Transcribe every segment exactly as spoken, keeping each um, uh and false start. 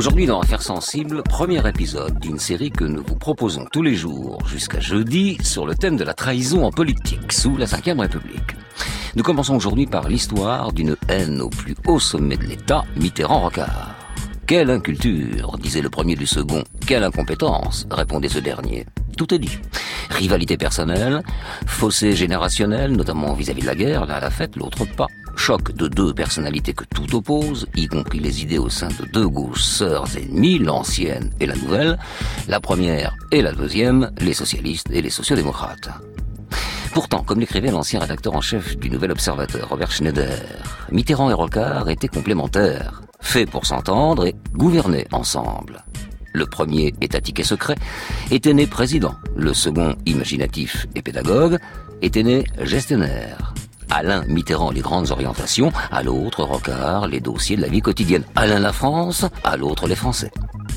Aujourd'hui dans Affaires sensibles, premier épisode d'une série que nous vous proposons tous les jours jusqu'à jeudi sur le thème de la trahison en politique sous la cinquième République. Nous commençons aujourd'hui par l'histoire d'une haine au plus haut sommet de l'État, Mitterrand-Rocard. Quelle inculture, disait le premier du second. Quelle incompétence, répondait ce dernier. Tout est dit. Rivalité personnelle, fossé générationnel, notamment vis-à-vis de la guerre, l'un la fête, l'autre pas. Choc de deux personnalités que tout oppose, y compris les idées au sein de deux gauches sœurs ennemies, l'ancienne et la nouvelle, la première et la deuxième, les socialistes et les sociodémocrates. Pourtant, comme l'écrivait l'ancien rédacteur en chef du Nouvel Observateur, Robert Schneider, Mitterrand et Rocard étaient complémentaires, faits pour s'entendre et gouverner ensemble. Le premier, étatique et secret, était né président. Le second, imaginatif et pédagogue, était né gestionnaire. À l'un, Mitterrand, les grandes orientations, à l'autre, Rocard, les dossiers de la vie quotidienne. À l'un, la France, à l'autre, les Français.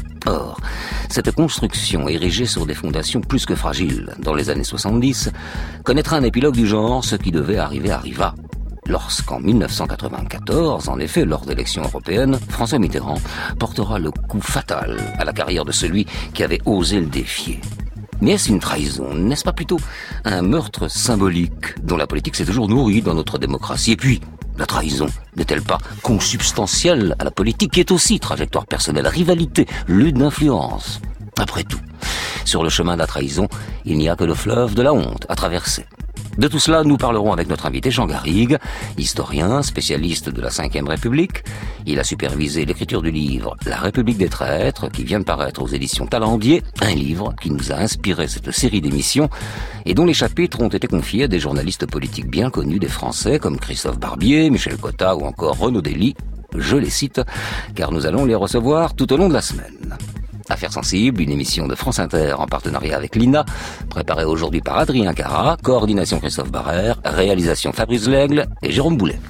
Or, cette construction, érigée sur des fondations plus que fragiles dans les années soixante-dix, connaîtra un épilogue du genre, ce qui devait arriver arriva. Lorsqu'en mille neuf cent quatre-vingt-quatorze, en effet, lors d'élections européennes, François Mitterrand portera le coup fatal à la carrière de celui qui avait osé le défier. Mais est-ce une trahison? N'est-ce pas plutôt un meurtre symbolique dont la politique s'est toujours nourrie dans notre démocratie? Et puis, la trahison n'est-elle pas consubstantielle à la politique qui est aussi trajectoire personnelle, rivalité, lutte d'influence? Après tout, sur le chemin de la trahison, il n'y a que le fleuve de la honte à traverser. De tout cela, nous parlerons avec notre invité Jean Garrigue, historien, spécialiste de la cinquième République. Il a supervisé l'écriture du livre « La République des traîtres » qui vient de paraître aux éditions Talendier, un livre qui nous a inspiré cette série d'émissions et dont les chapitres ont été confiés à des journalistes politiques bien connus des Français comme Christophe Barbier, Michel Cotta ou encore Renaud Dely. Je les cite car nous allons les recevoir tout au long de la semaine. Affaires sensibles, une émission de France Inter en partenariat avec l'I N A, préparée aujourd'hui par Adrien Cara, coordination Christophe Barrère, réalisation Fabrice Lègle et Jérôme Boulet.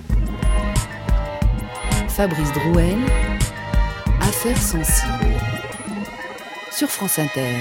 Fabrice Drouel, Affaires sensibles, sur France Inter.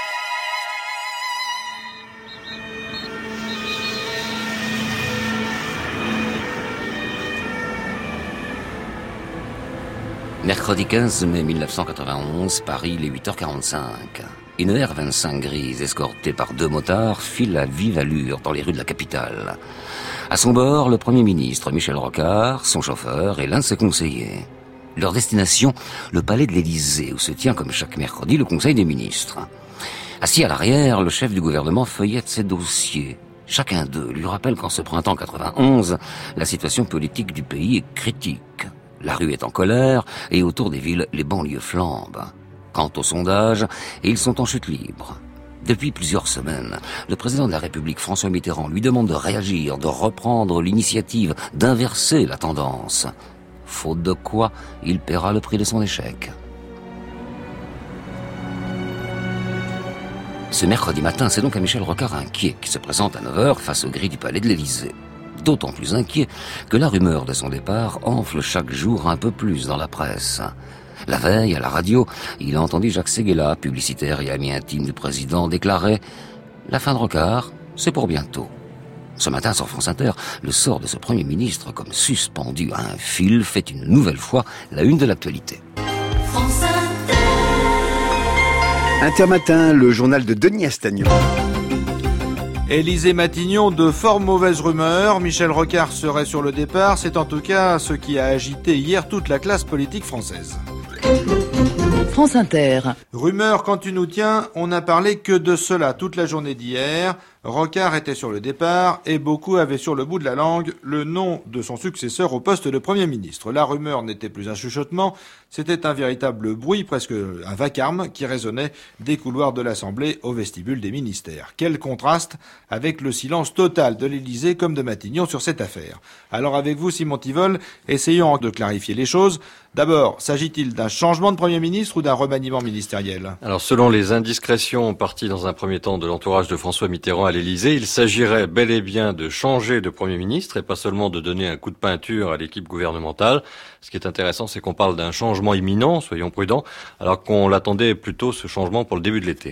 Mercredi quinze mai mille neuf cent quatre-vingt-onze, Paris, les huit heures quarante-cinq. Une R vingt-cinq grise, escortée par deux motards, file à vive allure dans les rues de la capitale. À son bord, le Premier ministre, Michel Rocard, son chauffeur et l'un de ses conseillers. Leur destination, le palais de l'Élysée, où se tient, comme chaque mercredi, le Conseil des ministres. Assis à l'arrière, le chef du gouvernement feuillette ses dossiers. Chacun d'eux lui rappelle qu'en ce printemps quatre-vingt-onze, la situation politique du pays est critique. La rue est en colère et autour des villes, les banlieues flambent. Quant aux sondages, ils sont en chute libre. Depuis plusieurs semaines, le président de la République, François Mitterrand, lui demande de réagir, de reprendre l'initiative, d'inverser la tendance. Faute de quoi, il paiera le prix de son échec. Ce mercredi matin, c'est donc un Michel Rocard inquiet qui se présente à neuf heures face aux grilles du palais de l'Élysée. D'autant plus inquiet que la rumeur de son départ enfle chaque jour un peu plus dans la presse. La veille, à la radio, il a entendu Jacques Séguéla, publicitaire et ami intime du président, déclarer « La fin de Rocard, c'est pour bientôt ». Ce matin, sur France Inter, le sort de ce Premier ministre, comme suspendu à un fil, fait une nouvelle fois la une de l'actualité. France Inter. Intermatin, le journal de Denis Astagnon. Élysée Matignon, de fort mauvaises rumeurs. Michel Rocard serait sur le départ. C'est en tout cas ce qui a agité hier toute la classe politique française. France Inter. Rumeur, quand tu nous tiens, on n'a parlé que de cela toute la journée d'hier. Rocard était sur le départ et beaucoup avaient sur le bout de la langue le nom de son successeur au poste de Premier ministre. La rumeur n'était plus un chuchotement, c'était un véritable bruit, presque un vacarme, qui résonnait des couloirs de l'Assemblée au vestibule des ministères. Quel contraste avec le silence total de l'Élysée comme de Matignon sur cette affaire. Alors avec vous, Simon Tivol, essayons de clarifier les choses. D'abord, s'agit-il d'un changement de Premier ministre ou d'un remaniement ministériel? Alors selon les indiscrétions parties dans un premier temps de l'entourage de François Mitterrand à l'Élysée, il s'agirait bel et bien de changer de Premier ministre et pas seulement de donner un coup de peinture à l'équipe gouvernementale. Ce qui est intéressant, c'est qu'on parle d'un changement imminent, soyons prudents, alors qu'on l'attendait plutôt ce changement pour le début de l'été.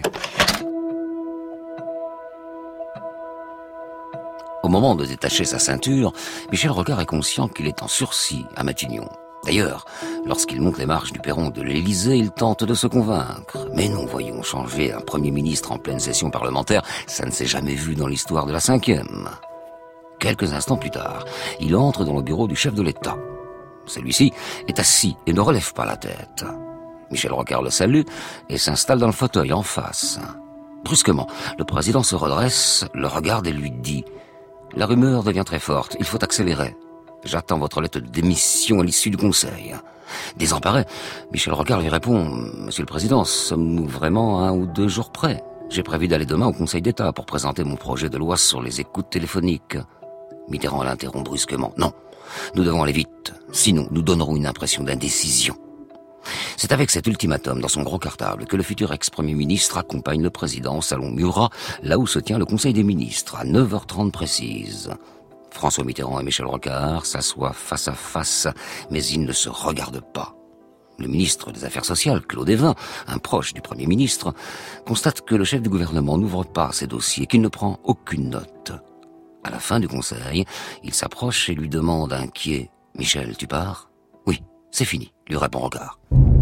Au moment de détacher sa ceinture, Michel Rocard est conscient qu'il est en sursis à Matignon. D'ailleurs, lorsqu'il monte les marches du perron de l'Élysée, il tente de se convaincre. Mais non, voyons, changer un Premier ministre en pleine session parlementaire, ça ne s'est jamais vu dans l'histoire de la cinquième. Quelques instants plus tard, il entre dans le bureau du chef de l'État. Celui-ci est assis et ne relève pas la tête. Michel Rocard le salue et s'installe dans le fauteuil en face. Brusquement, le président se redresse, le regarde et lui dit « La rumeur devient très forte, il faut accélérer. J'attends votre lettre de démission à l'issue du Conseil. » Désemparé, Michel Rocard lui répond « Monsieur le Président, sommes-nous vraiment à un ou deux jours près ? J'ai prévu d'aller demain au Conseil d'État pour présenter mon projet de loi sur les écoutes téléphoniques. » Mitterrand l'interrompt brusquement. « Non, nous devons aller vite, sinon nous donnerons une impression d'indécision. » C'est avec cet ultimatum dans son gros cartable que le futur ex-premier ministre accompagne le président au salon Murat, là où se tient le Conseil des ministres, à neuf heures trente précise. François Mitterrand et Michel Rocard s'assoient face à face, mais ils ne se regardent pas. Le ministre des Affaires sociales, Claude Évin, un proche du Premier ministre, constate que le chef du gouvernement n'ouvre pas ses dossiers, qu'il ne prend aucune note. À la fin du conseil, il s'approche et lui demande inquiet « Michel, tu pars ?»« Oui, c'est fini », lui répond Rocard.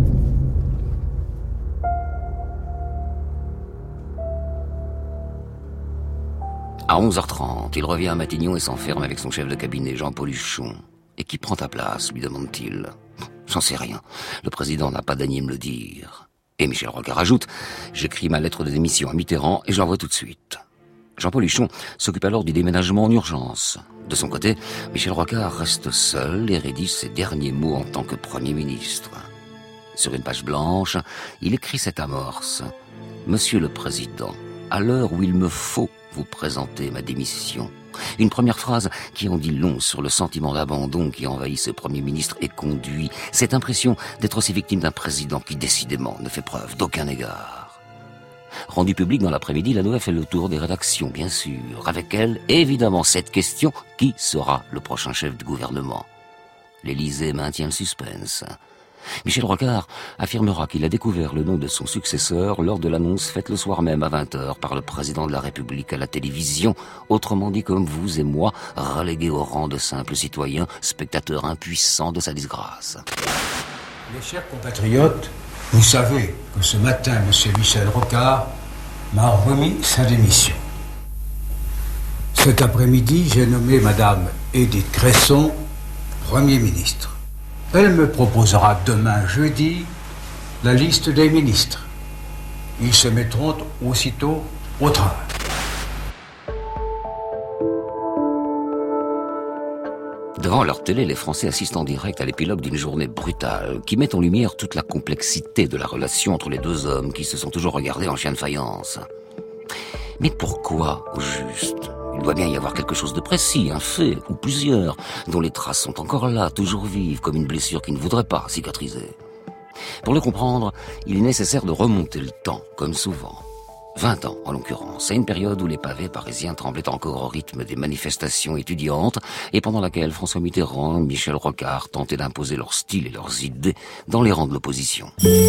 À onze heures trente, il revient à Matignon et s'enferme avec son chef de cabinet, Jean-Paul Huchon. « Et qui prend ta place ?» lui demande-t-il. « J'en sais rien. Le président n'a pas daigné me le dire. » Et Michel Rocard ajoute « J'écris ma lettre de démission à Mitterrand et je l'envoie tout de suite. » Jean-Paul Huchon s'occupe alors du déménagement en urgence. De son côté, Michel Rocard reste seul et rédige ses derniers mots en tant que Premier ministre. Sur une page blanche, il écrit cette amorce. « Monsieur le Président, à l'heure où il me faut vous présenter ma démission. » Une première phrase qui en dit long sur le sentiment d'abandon qui envahit ce Premier ministre et conduit cette impression d'être aussi victime d'un président qui décidément ne fait preuve d'aucun égard. Rendu public dans l'après-midi, la nouvelle fait le tour des rédactions, bien sûr. Avec elle, évidemment, cette question, qui sera le prochain chef du gouvernement? L'Élysée maintient le suspense. Michel Rocard affirmera qu'il a découvert le nom de son successeur lors de l'annonce faite le soir même à vingt heures par le président de la République à la télévision, autrement dit comme vous et moi, relégués au rang de simples citoyens, spectateurs impuissants de sa disgrâce. Mes chers compatriotes, vous savez que ce matin, M. Michel Rocard m'a remis sa démission. Cet après-midi, j'ai nommé Mme Édith Cresson Premier ministre. Elle me proposera demain jeudi la liste des ministres. Ils se mettront aussitôt au travail. Devant leur télé, les Français assistent en direct à l'épilogue d'une journée brutale qui met en lumière toute la complexité de la relation entre les deux hommes qui se sont toujours regardés en chien de faïence. Mais pourquoi, au juste ? Il doit bien y avoir quelque chose de précis, un fait, ou plusieurs, dont les traces sont encore là, toujours vives, comme une blessure qui ne voudrait pas cicatriser. Pour le comprendre, il est nécessaire de remonter le temps, comme souvent. Vingt ans, en l'occurrence, à une période où les pavés parisiens tremblaient encore au rythme des manifestations étudiantes, et pendant laquelle François Mitterrand et Michel Rocard tentaient d'imposer leur style et leurs idées dans les rangs de l'opposition.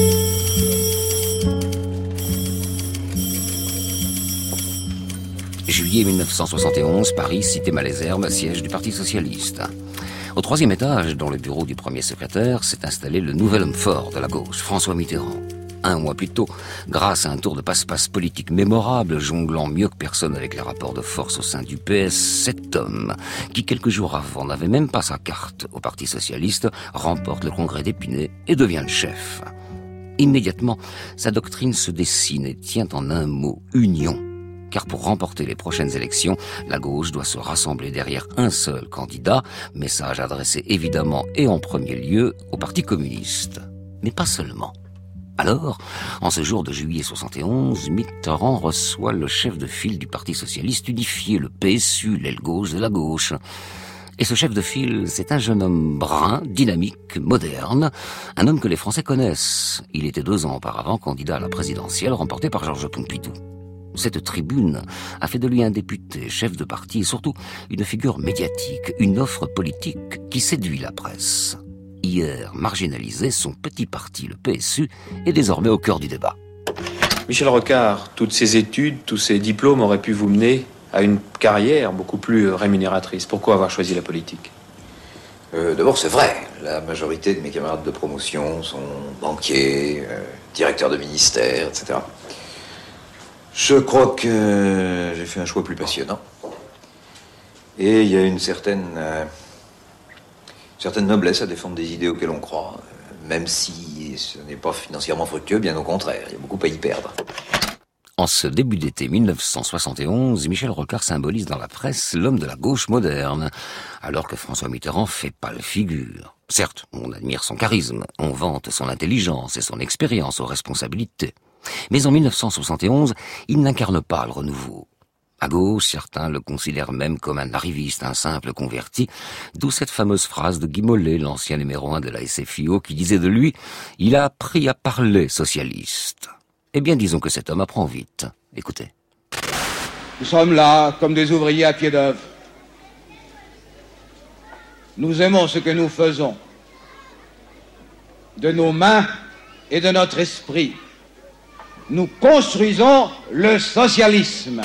Juillet mille neuf cent soixante et onze, Paris, cité Malesherbes, siège du Parti socialiste. Au troisième étage, dans le bureau du premier secrétaire, s'est installé le nouvel homme fort de la gauche, François Mitterrand. Un mois plus tôt, grâce à un tour de passe-passe politique mémorable, jonglant mieux que personne avec les rapports de force au sein du P S, cet homme, qui quelques jours avant n'avait même pas sa carte au Parti socialiste, remporte le congrès d'Épinay et devient le chef. Immédiatement, sa doctrine se dessine et tient en un mot, union. Car pour remporter les prochaines élections, la gauche doit se rassembler derrière un seul candidat, message adressé évidemment et en premier lieu au Parti communiste. Mais pas seulement. Alors, en ce jour de juillet soixante et onze, Mitterrand reçoit le chef de file du Parti socialiste unifié, le P S U, l'aile gauche de la gauche. Et ce chef de file, c'est un jeune homme brun, dynamique, moderne, un homme que les Français connaissent. Il était deux ans auparavant candidat à la présidentielle remportée par Georges Pompidou. Cette tribune a fait de lui un député, chef de parti et surtout une figure médiatique, une offre politique qui séduit la presse. Hier marginalisé, son petit parti, le P S U, est désormais au cœur du débat. Michel Rocard, toutes ces études, tous ces diplômes auraient pu vous mener à une carrière beaucoup plus rémunératrice. Pourquoi avoir choisi la politique ? euh, D'abord, c'est vrai. La majorité de mes camarades de promotion sont banquiers, euh, directeurs de ministère, et cetera. Je crois que j'ai fait un choix plus passionnant. Et il y a une certaine, euh, certaine noblesse à défendre des idées auxquelles on croit, euh, même si ce n'est pas financièrement fructueux, bien au contraire. Il y a beaucoup à y perdre. En ce début d'été mille neuf cent soixante et onze, Michel Rocard symbolise dans la presse l'homme de la gauche moderne, alors que François Mitterrand fait pâle figure. Certes, on admire son charisme, on vante son intelligence et son expérience aux responsabilités. Mais en mille neuf cent soixante et onze, il n'incarne pas le renouveau. À gauche, certains le considèrent même comme un arriviste, un simple converti, d'où cette fameuse phrase de Guy Mollet, l'ancien numéro un de la S F I O, qui disait de lui « Il a appris à parler socialiste ». Eh bien, disons que cet homme apprend vite. Écoutez. Nous sommes là comme des ouvriers à pied d'œuvre. Nous aimons ce que nous faisons. De nos mains et de notre esprit, nous construisons le socialisme.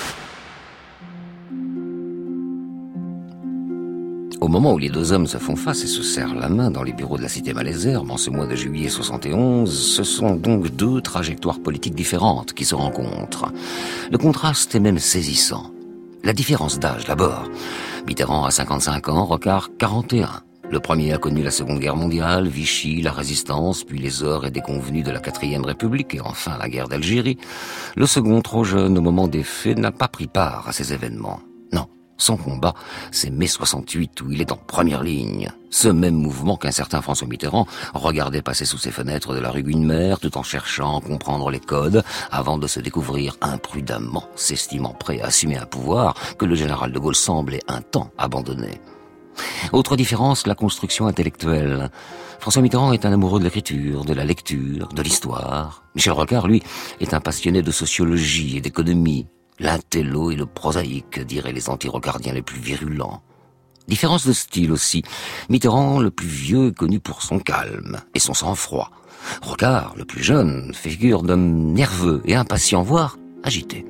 Au moment où les deux hommes se font face et se serrent la main dans les bureaux de la Cité Malesherbes en ce mois de juillet soixante et onze, ce sont donc deux trajectoires politiques différentes qui se rencontrent. Le contraste est même saisissant. La différence d'âge d'abord. Mitterrand a cinquante-cinq ans, Rocard quarante et un. Le premier a connu la Seconde Guerre mondiale, Vichy, la Résistance, puis les heures et déconvenues de la Quatrième République et enfin la guerre d'Algérie. Le second, trop jeune au moment des faits, n'a pas pris part à ces événements. Non. Son combat, c'est mai soixante-huit où il est en première ligne. Ce même mouvement qu'un certain François Mitterrand regardait passer sous ses fenêtres de la rue Guynemer tout en cherchant à comprendre les codes avant de se découvrir imprudemment, s'estimant prêt à assumer un pouvoir que le général de Gaulle semblait un temps abandonner. Autre différence, la construction intellectuelle. François Mitterrand est un amoureux de l'écriture, de la lecture, de l'histoire. Michel Rocard, lui, est un passionné de sociologie et d'économie. L'intello et le prosaïque, diraient les anti-rocardiens les plus virulents. Différence de style aussi. Mitterrand, le plus vieux, est connu pour son calme et son sang-froid. Rocard, le plus jeune, fait figure d'homme nerveux et impatient, voire agité.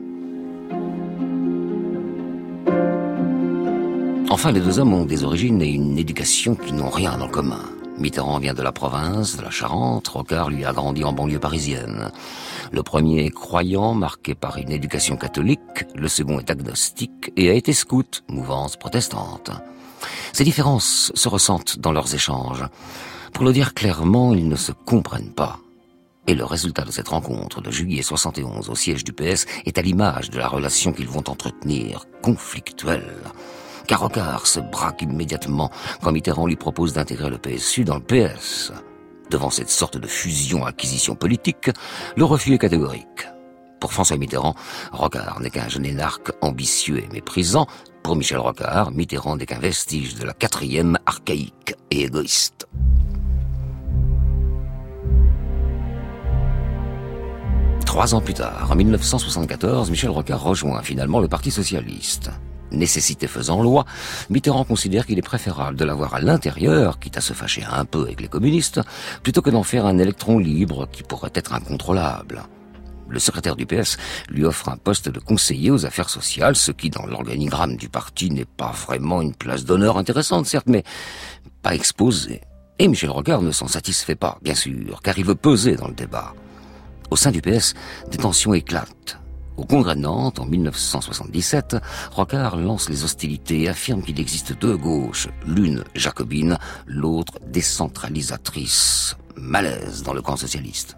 Enfin, les deux hommes ont des origines et une éducation qui n'ont rien en commun. Mitterrand vient de la province, de la Charente, Rocard lui a grandi en banlieue parisienne. Le premier est croyant, marqué par une éducation catholique, le second est agnostique et a été scout, mouvance protestante. Ces différences se ressentent dans leurs échanges. Pour le dire clairement, ils ne se comprennent pas. Et le résultat de cette rencontre de juillet soixante et onze au siège du P S est à l'image de la relation qu'ils vont entretenir, conflictuelle. Car Rocard se braque immédiatement quand Mitterrand lui propose d'intégrer le P S U dans le P S. Devant cette sorte de fusion-acquisition politique, le refus est catégorique. Pour François Mitterrand, Rocard n'est qu'un jeune énarque ambitieux et méprisant. Pour Michel Rocard, Mitterrand n'est qu'un vestige de la quatrième archaïque et égoïste. Trois ans plus tard, en mille neuf cent soixante-quatorze, Michel Rocard rejoint finalement le Parti socialiste. Nécessité faisant loi, Mitterrand considère qu'il est préférable de l'avoir à l'intérieur, quitte à se fâcher un peu avec les communistes, plutôt que d'en faire un électron libre qui pourrait être incontrôlable. Le secrétaire du P S lui offre un poste de conseiller aux affaires sociales, ce qui, dans l'organigramme du parti, n'est pas vraiment une place d'honneur intéressante, certes, mais pas exposée. Et Michel Rocard ne s'en satisfait pas, bien sûr, car il veut peser dans le débat. Au sein du P S, des tensions éclatent. Au Congrès de Nantes, en mille neuf cent soixante-dix-sept, Rocard lance les hostilités et affirme qu'il existe deux gauches, l'une jacobine, l'autre décentralisatrice. Malaise dans le camp socialiste.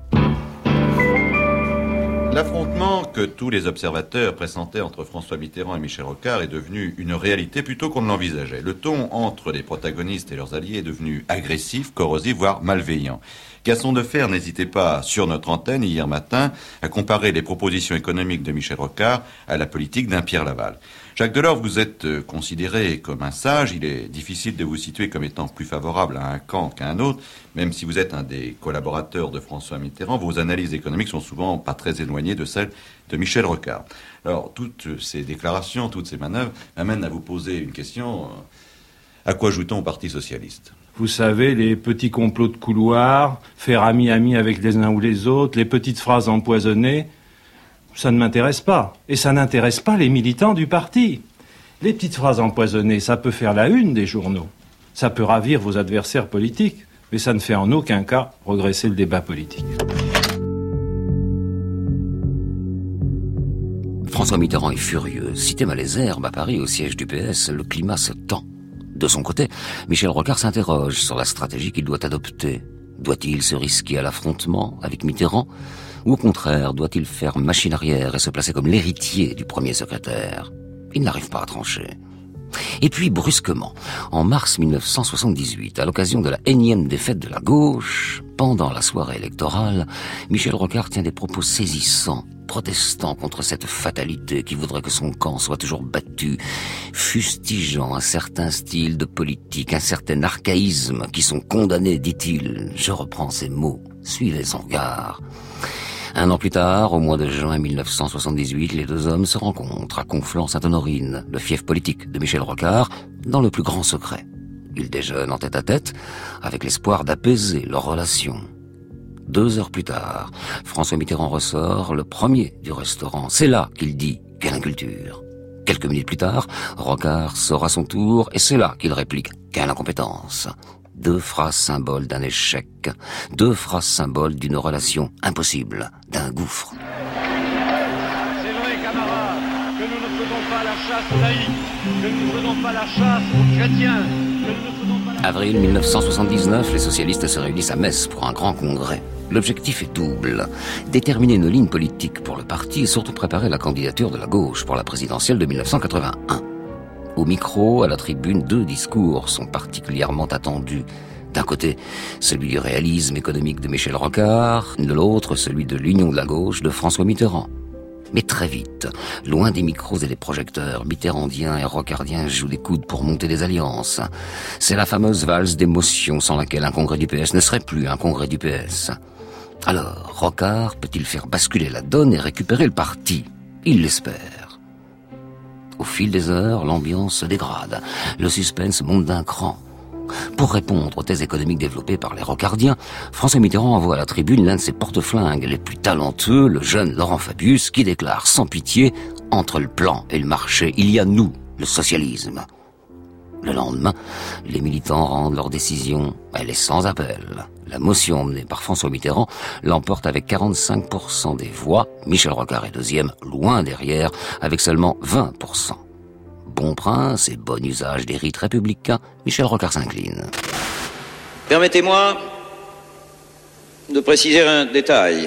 L'affrontement que tous les observateurs pressentaient entre François Mitterrand et Michel Rocard est devenu une réalité plutôt qu'on ne l'envisageait. Le ton entre les protagonistes et leurs alliés est devenu agressif, corrosif, voire malveillant. Gaston Defferre n'hésitait pas, sur notre antenne, hier matin, à comparer les propositions économiques de Michel Rocard à la politique d'un Pierre Laval. Jacques Delors, vous êtes considéré comme un sage. Il est difficile de vous situer comme étant plus favorable à un camp qu'à un autre. Même si vous êtes un des collaborateurs de François Mitterrand, vos analyses économiques sont souvent pas très éloignées de celles de Michel Rocard. Alors, toutes ces déclarations, toutes ces manœuvres m'amènent à vous poser une question. À quoi joue-t-on au Parti socialiste ? Vous savez, les petits complots de couloir, faire ami-ami avec les uns ou les autres, les petites phrases empoisonnées, ça ne m'intéresse pas. Et ça n'intéresse pas les militants du parti. Les petites phrases empoisonnées, ça peut faire la une des journaux. Ça peut ravir vos adversaires politiques, mais ça ne fait en aucun cas progresser le débat politique. François Mitterrand est furieux. Cité Malesherbes, à Paris, au siège du P S, le climat se tend. De son côté, Michel Rocard s'interroge sur la stratégie qu'il doit adopter. Doit-il se risquer à l'affrontement avec Mitterrand? Ou au contraire, doit-il faire machine arrière et se placer comme l'héritier du premier secrétaire? Il n'arrive pas à trancher. Et puis, brusquement, en mars mille neuf cent soixante-dix-huit, à l'occasion de la énième défaite de la gauche, pendant la soirée électorale, Michel Rocard tient des propos saisissants, protestant contre cette fatalité qui voudrait que son camp soit toujours battu, fustigeant un certain style de politique, un certain archaïsme qui sont condamnés, dit-il. Je reprends ces mots, suivez son regard. Un an plus tard, au mois de juin mille neuf cent soixante-dix-huit, les deux hommes se rencontrent à Conflans-Sainte-Honorine, le fief politique de Michel Rocard, dans le plus grand secret. Ils déjeunent en tête-à-tête, avec l'espoir d'apaiser leurs relations. Deux heures plus tard, François Mitterrand ressort, le premier du restaurant. C'est là qu'il dit « Quelle inculture !» Quelques minutes plus tard, Rocard sort à son tour, et c'est là qu'il réplique « Quelle incompétence !» Deux phrases symboles d'un échec, deux phrases symboles d'une relation impossible, d'un gouffre. C'est vrai, camarades, que nous ne faisons pas la chasse aux laïcs, que nous ne faisons pas la chasse aux chrétiens, que nous ne faisons pas la... Avril mille neuf cent soixante-dix-neuf, les socialistes se réunissent à Metz pour un grand congrès. L'objectif est double. Déterminer une ligne politique pour le parti et surtout préparer la candidature de la gauche pour la présidentielle de mille neuf cent quatre-vingt-un. Au micro, à la tribune, deux discours sont particulièrement attendus. D'un côté, celui du réalisme économique de Michel Rocard, de l'autre, celui de l'union de la gauche de François Mitterrand. Mais très vite, loin des micros et des projecteurs, mitterrandiens et rocardiens jouent des coudes pour monter des alliances. C'est la fameuse valse d'émotion sans laquelle un congrès du P S ne serait plus un congrès du P S. Alors, Rocard peut-il faire basculer la donne et récupérer le parti? Il l'espère. Au fil des heures, l'ambiance se dégrade. Le suspense monte d'un cran. Pour répondre aux thèses économiques développées par les rocardiens, François Mitterrand envoie à la tribune l'un de ses porte-flingues les plus talentueux, le jeune Laurent Fabius, qui déclare sans pitié « Entre le plan et le marché, il y a nous, le socialisme ». Le lendemain, les militants rendent leur décision. Elle est sans appel. La motion menée par François Mitterrand l'emporte avec quarante-cinq pour cent des voix. Michel Rocard est deuxième, loin derrière, avec seulement vingt pour cent. Bon prince et bon usage des rites républicains, Michel Rocard s'incline. Permettez-moi de préciser un détail.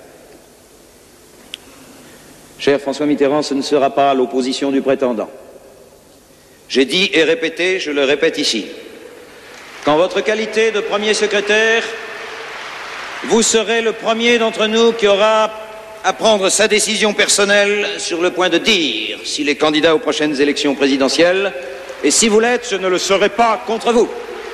Cher François Mitterrand, ce ne sera pas l'opposition du prétendant. J'ai dit et répété, je le répète ici, qu'en votre qualité de premier secrétaire, vous serez le premier d'entre nous qui aura à prendre sa décision personnelle sur le point de dire s'il est candidat aux prochaines élections présidentielles, et si vous l'êtes, je ne le serai pas contre vous.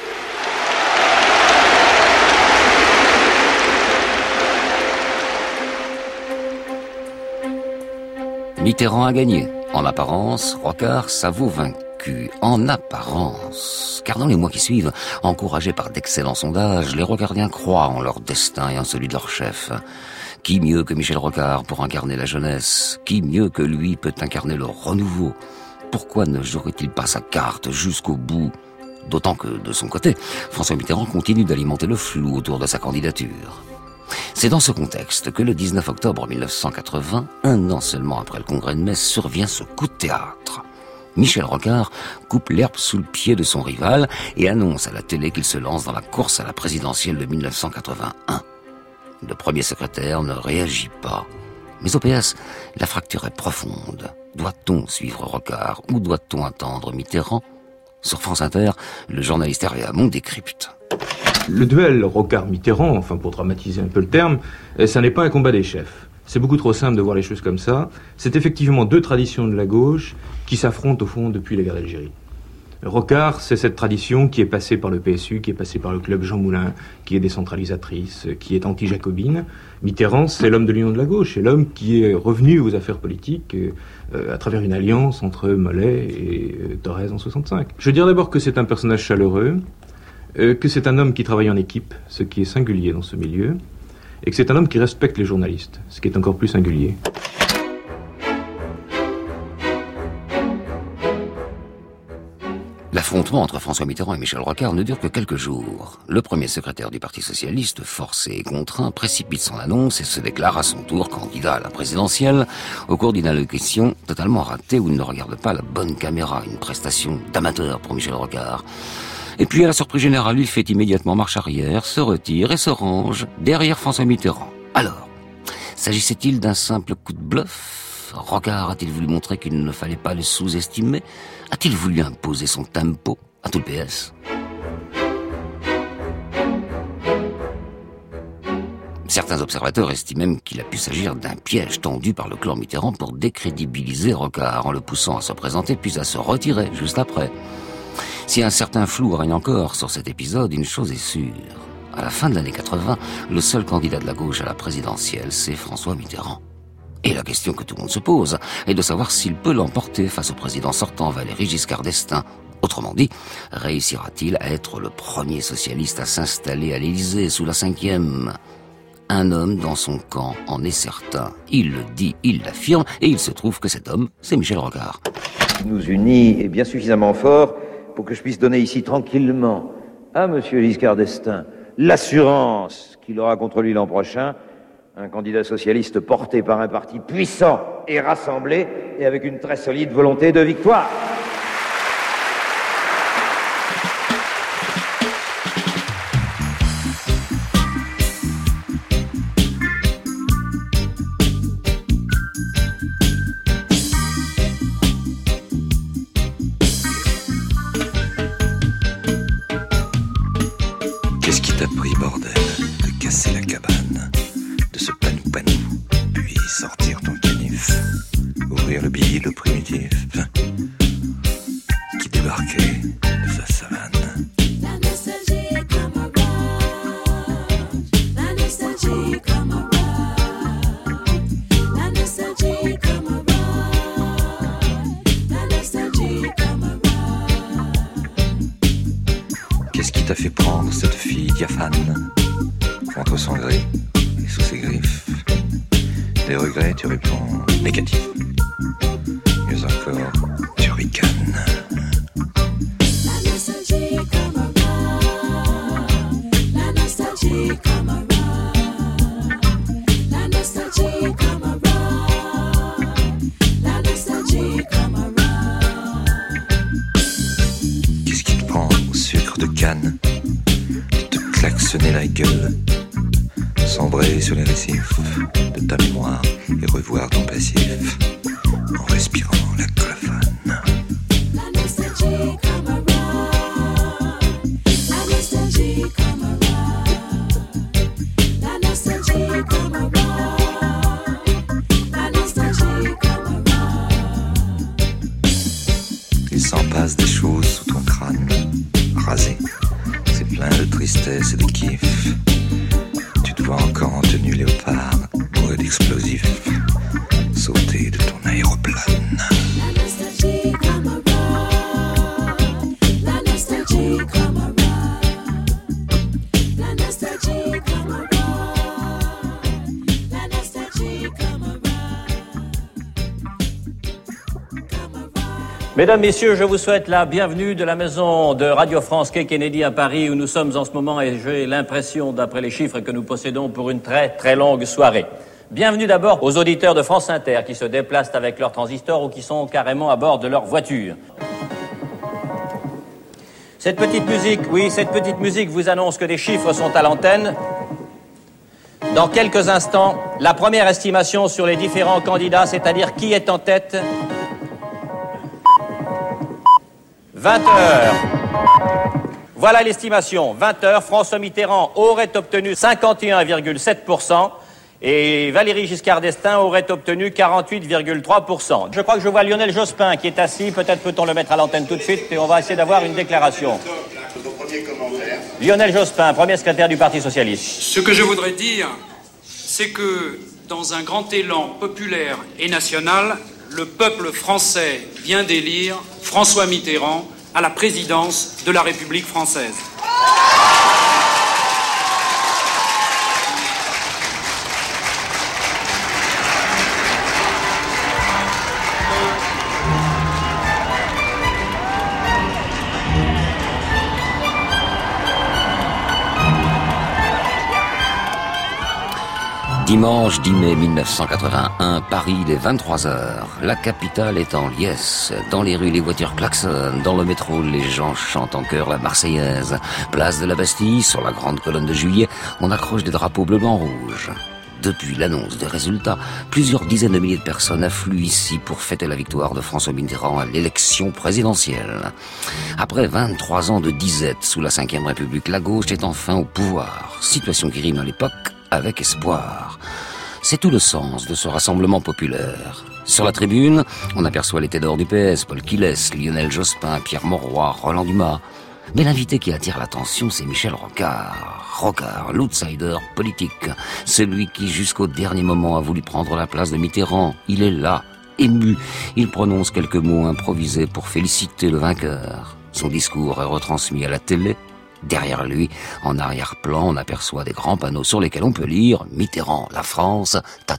Mitterrand a gagné. En apparence, Rocard s'avoue vaincu. En apparence, car dans les mois qui suivent, encouragés par d'excellents sondages, les rocardiens croient en leur destin et en celui de leur chef. Qui mieux que Michel Rocard pour incarner la jeunesse? Qui mieux que lui peut incarner le renouveau? Pourquoi ne jouerait-il pas sa carte jusqu'au bout? D'autant que, de son côté, François Mitterrand continue d'alimenter le flou autour de sa candidature. C'est dans ce contexte que le dix-neuf octobre mille neuf cent quatre-vingts, un an seulement après le congrès de Metz, survient ce coup de théâtre. Michel Rocard coupe l'herbe sous le pied de son rival et annonce à la télé qu'il se lance dans la course à la présidentielle de mille neuf cent quatre-vingt-un. Le premier secrétaire ne réagit pas. Mais au P S, la fracture est profonde. Doit-on suivre Rocard ou doit-on attendre Mitterrand? Sur France Inter, le journaliste Hervé Hamon décrypte. Le duel Rocard-Mitterrand, enfin pour dramatiser un peu le terme, ça n'est pas un combat des chefs. C'est beaucoup trop simple de voir les choses comme ça. C'est effectivement deux traditions de la gauche qui s'affrontent au fond depuis la guerre d'Algérie. Rocard, c'est cette tradition qui est passée par le P S U, qui est passée par le club Jean Moulin, qui est décentralisatrice, qui est anti-jacobine. Mitterrand, c'est l'homme de l'union de la gauche, c'est l'homme qui est revenu aux affaires politiques euh, à travers une alliance entre Mollet et euh, Thorez en soixante-cinq. Je veux dire d'abord que c'est un personnage chaleureux, euh, que c'est un homme qui travaille en équipe, ce qui est singulier dans ce milieu, et que c'est un homme qui respecte les journalistes, ce qui est encore plus singulier. La L'affrontement entre François Mitterrand et Michel Rocard ne dure que quelques jours. Le premier secrétaire du Parti socialiste, forcé et contraint, précipite son annonce et se déclare à son tour candidat à la présidentielle au cours d'une allocution totalement ratée où il ne regarde pas la bonne caméra, une prestation d'amateur pour Michel Rocard. Et puis, à la surprise générale, il fait immédiatement marche arrière, se retire et se range derrière François Mitterrand. Alors, s'agissait-il d'un simple coup de bluff ? Rocard a-t-il voulu montrer qu'il ne fallait pas le sous-estimer ? A-t-il voulu imposer son tempo à tout le P S ? Certains observateurs estiment même qu'il a pu s'agir d'un piège tendu par le clan Mitterrand pour décrédibiliser Rocard en le poussant à se présenter puis à se retirer juste après. Si un certain flou règne encore sur cet épisode, une chose est sûre. À la fin de l'année quatre-vingts, le seul candidat de la gauche à la présidentielle, c'est François Mitterrand. Et la question que tout le monde se pose est de savoir s'il peut l'emporter face au président sortant Valéry Giscard d'Estaing. Autrement dit, réussira-t-il à être le premier socialiste à s'installer à l'Élysée sous la cinquième ? Un homme dans son camp en est certain. Il le dit, il l'affirme, et il se trouve que cet homme, c'est Michel Rocard. Nous unit est bien suffisamment fort pour que je puisse donner ici tranquillement à M. Giscard d'Estaing l'assurance qu'il aura contre lui l'an prochain un candidat socialiste porté par un parti puissant et rassemblé et avec une très solide volonté de victoire. Qu'est-ce qui t'a pris, bordel, de casser la cabane, de ce panou-panou, puis sortir ton canif, ouvrir le billet, le primitif, qui débarquait de sa savane. La nostalgie come around, la nostalgie come around, la nostalgie come around, la nostalgie come around. Qu'est-ce qui t'a fait prendre cette fille diaphane, contre son gré et sous ses griffes? Des regrets, tu réponds négatif. Mieux encore, tu ricanes. La nostalgie come around, la nostalgie come around, la nostalgie come around, la nostalgie come around. Qu'est-ce qui te prend au sucre de canne, de te klaxonner la gueule, sombrer sur les récifs de ta mémoire et revoir ton passif en respirant la colophone. La nostalgie come around, la nostalgie come around, la nostalgie come around, la nostalgie come around. Il s'en passe des choses sous ton crâne, rasé, c'est plein de tristesse et de kiff. Tu te vois encore en tenue léopard, bourré d'explosifs, sauter de ton aéroplane. La nostalgie come around, la nostalgie come around, la nostalgie come around, la nostalgie come around. Mesdames, Messieurs, je vous souhaite la bienvenue de la maison de Radio France Quai Kennedy à Paris où nous sommes en ce moment et j'ai l'impression, d'après les chiffres que nous possédons, pour une très très longue soirée. Bienvenue d'abord aux auditeurs de France Inter qui se déplacent avec leur transistor ou qui sont carrément à bord de leur voiture. Cette petite musique, oui, cette petite musique vous annonce que des chiffres sont à l'antenne. Dans quelques instants, la première estimation sur les différents candidats, c'est-à-dire qui est en tête. vingt heures. Voilà l'estimation. vingt heures, François Mitterrand aurait obtenu cinquante et un virgule sept pour cent et Valéry Giscard d'Estaing aurait obtenu quarante-huit virgule trois pour cent. Je crois que je vois Lionel Jospin qui est assis. Peut-être peut-on le mettre à l'antenne tout de suite et on va essayer d'avoir une déclaration. Lionel Jospin, premier secrétaire du Parti socialiste. Ce que je voudrais dire, c'est que dans un grand élan populaire et national, le peuple français vient d'élire François Mitterrand à la présidence de la République française. Dimanche dix mai mille neuf cent quatre-vingt-un, Paris, il est vingt-trois heures. La capitale est en liesse. Dans les rues, les voitures klaxonnent. Dans le métro, les gens chantent en chœur la Marseillaise. Place de la Bastille, sur la grande colonne de Juillet, on accroche des drapeaux bleu, blanc, rouge. Depuis l'annonce des résultats, plusieurs dizaines de milliers de personnes affluent ici pour fêter la victoire de François Mitterrand à l'élection présidentielle. Après vingt-trois ans de disette sous la cinquième République, la gauche est enfin au pouvoir. Situation qui rime à l'époque avec espoir. C'est tout le sens de ce rassemblement populaire. Sur la tribune, on aperçoit les ténors du P S, Paul Quillès, Lionel Jospin, Pierre Mauroy, Roland Dumas. Mais l'invité qui attire l'attention, c'est Michel Rocard. Rocard, l'outsider politique. Celui qui, jusqu'au dernier moment, a voulu prendre la place de Mitterrand. Il est là, ému. Il prononce quelques mots improvisés pour féliciter le vainqueur. Son discours est retransmis à la télé. Derrière lui, en arrière-plan, on aperçoit des grands panneaux sur lesquels on peut lire « Mitterrand, la France t'attendait ».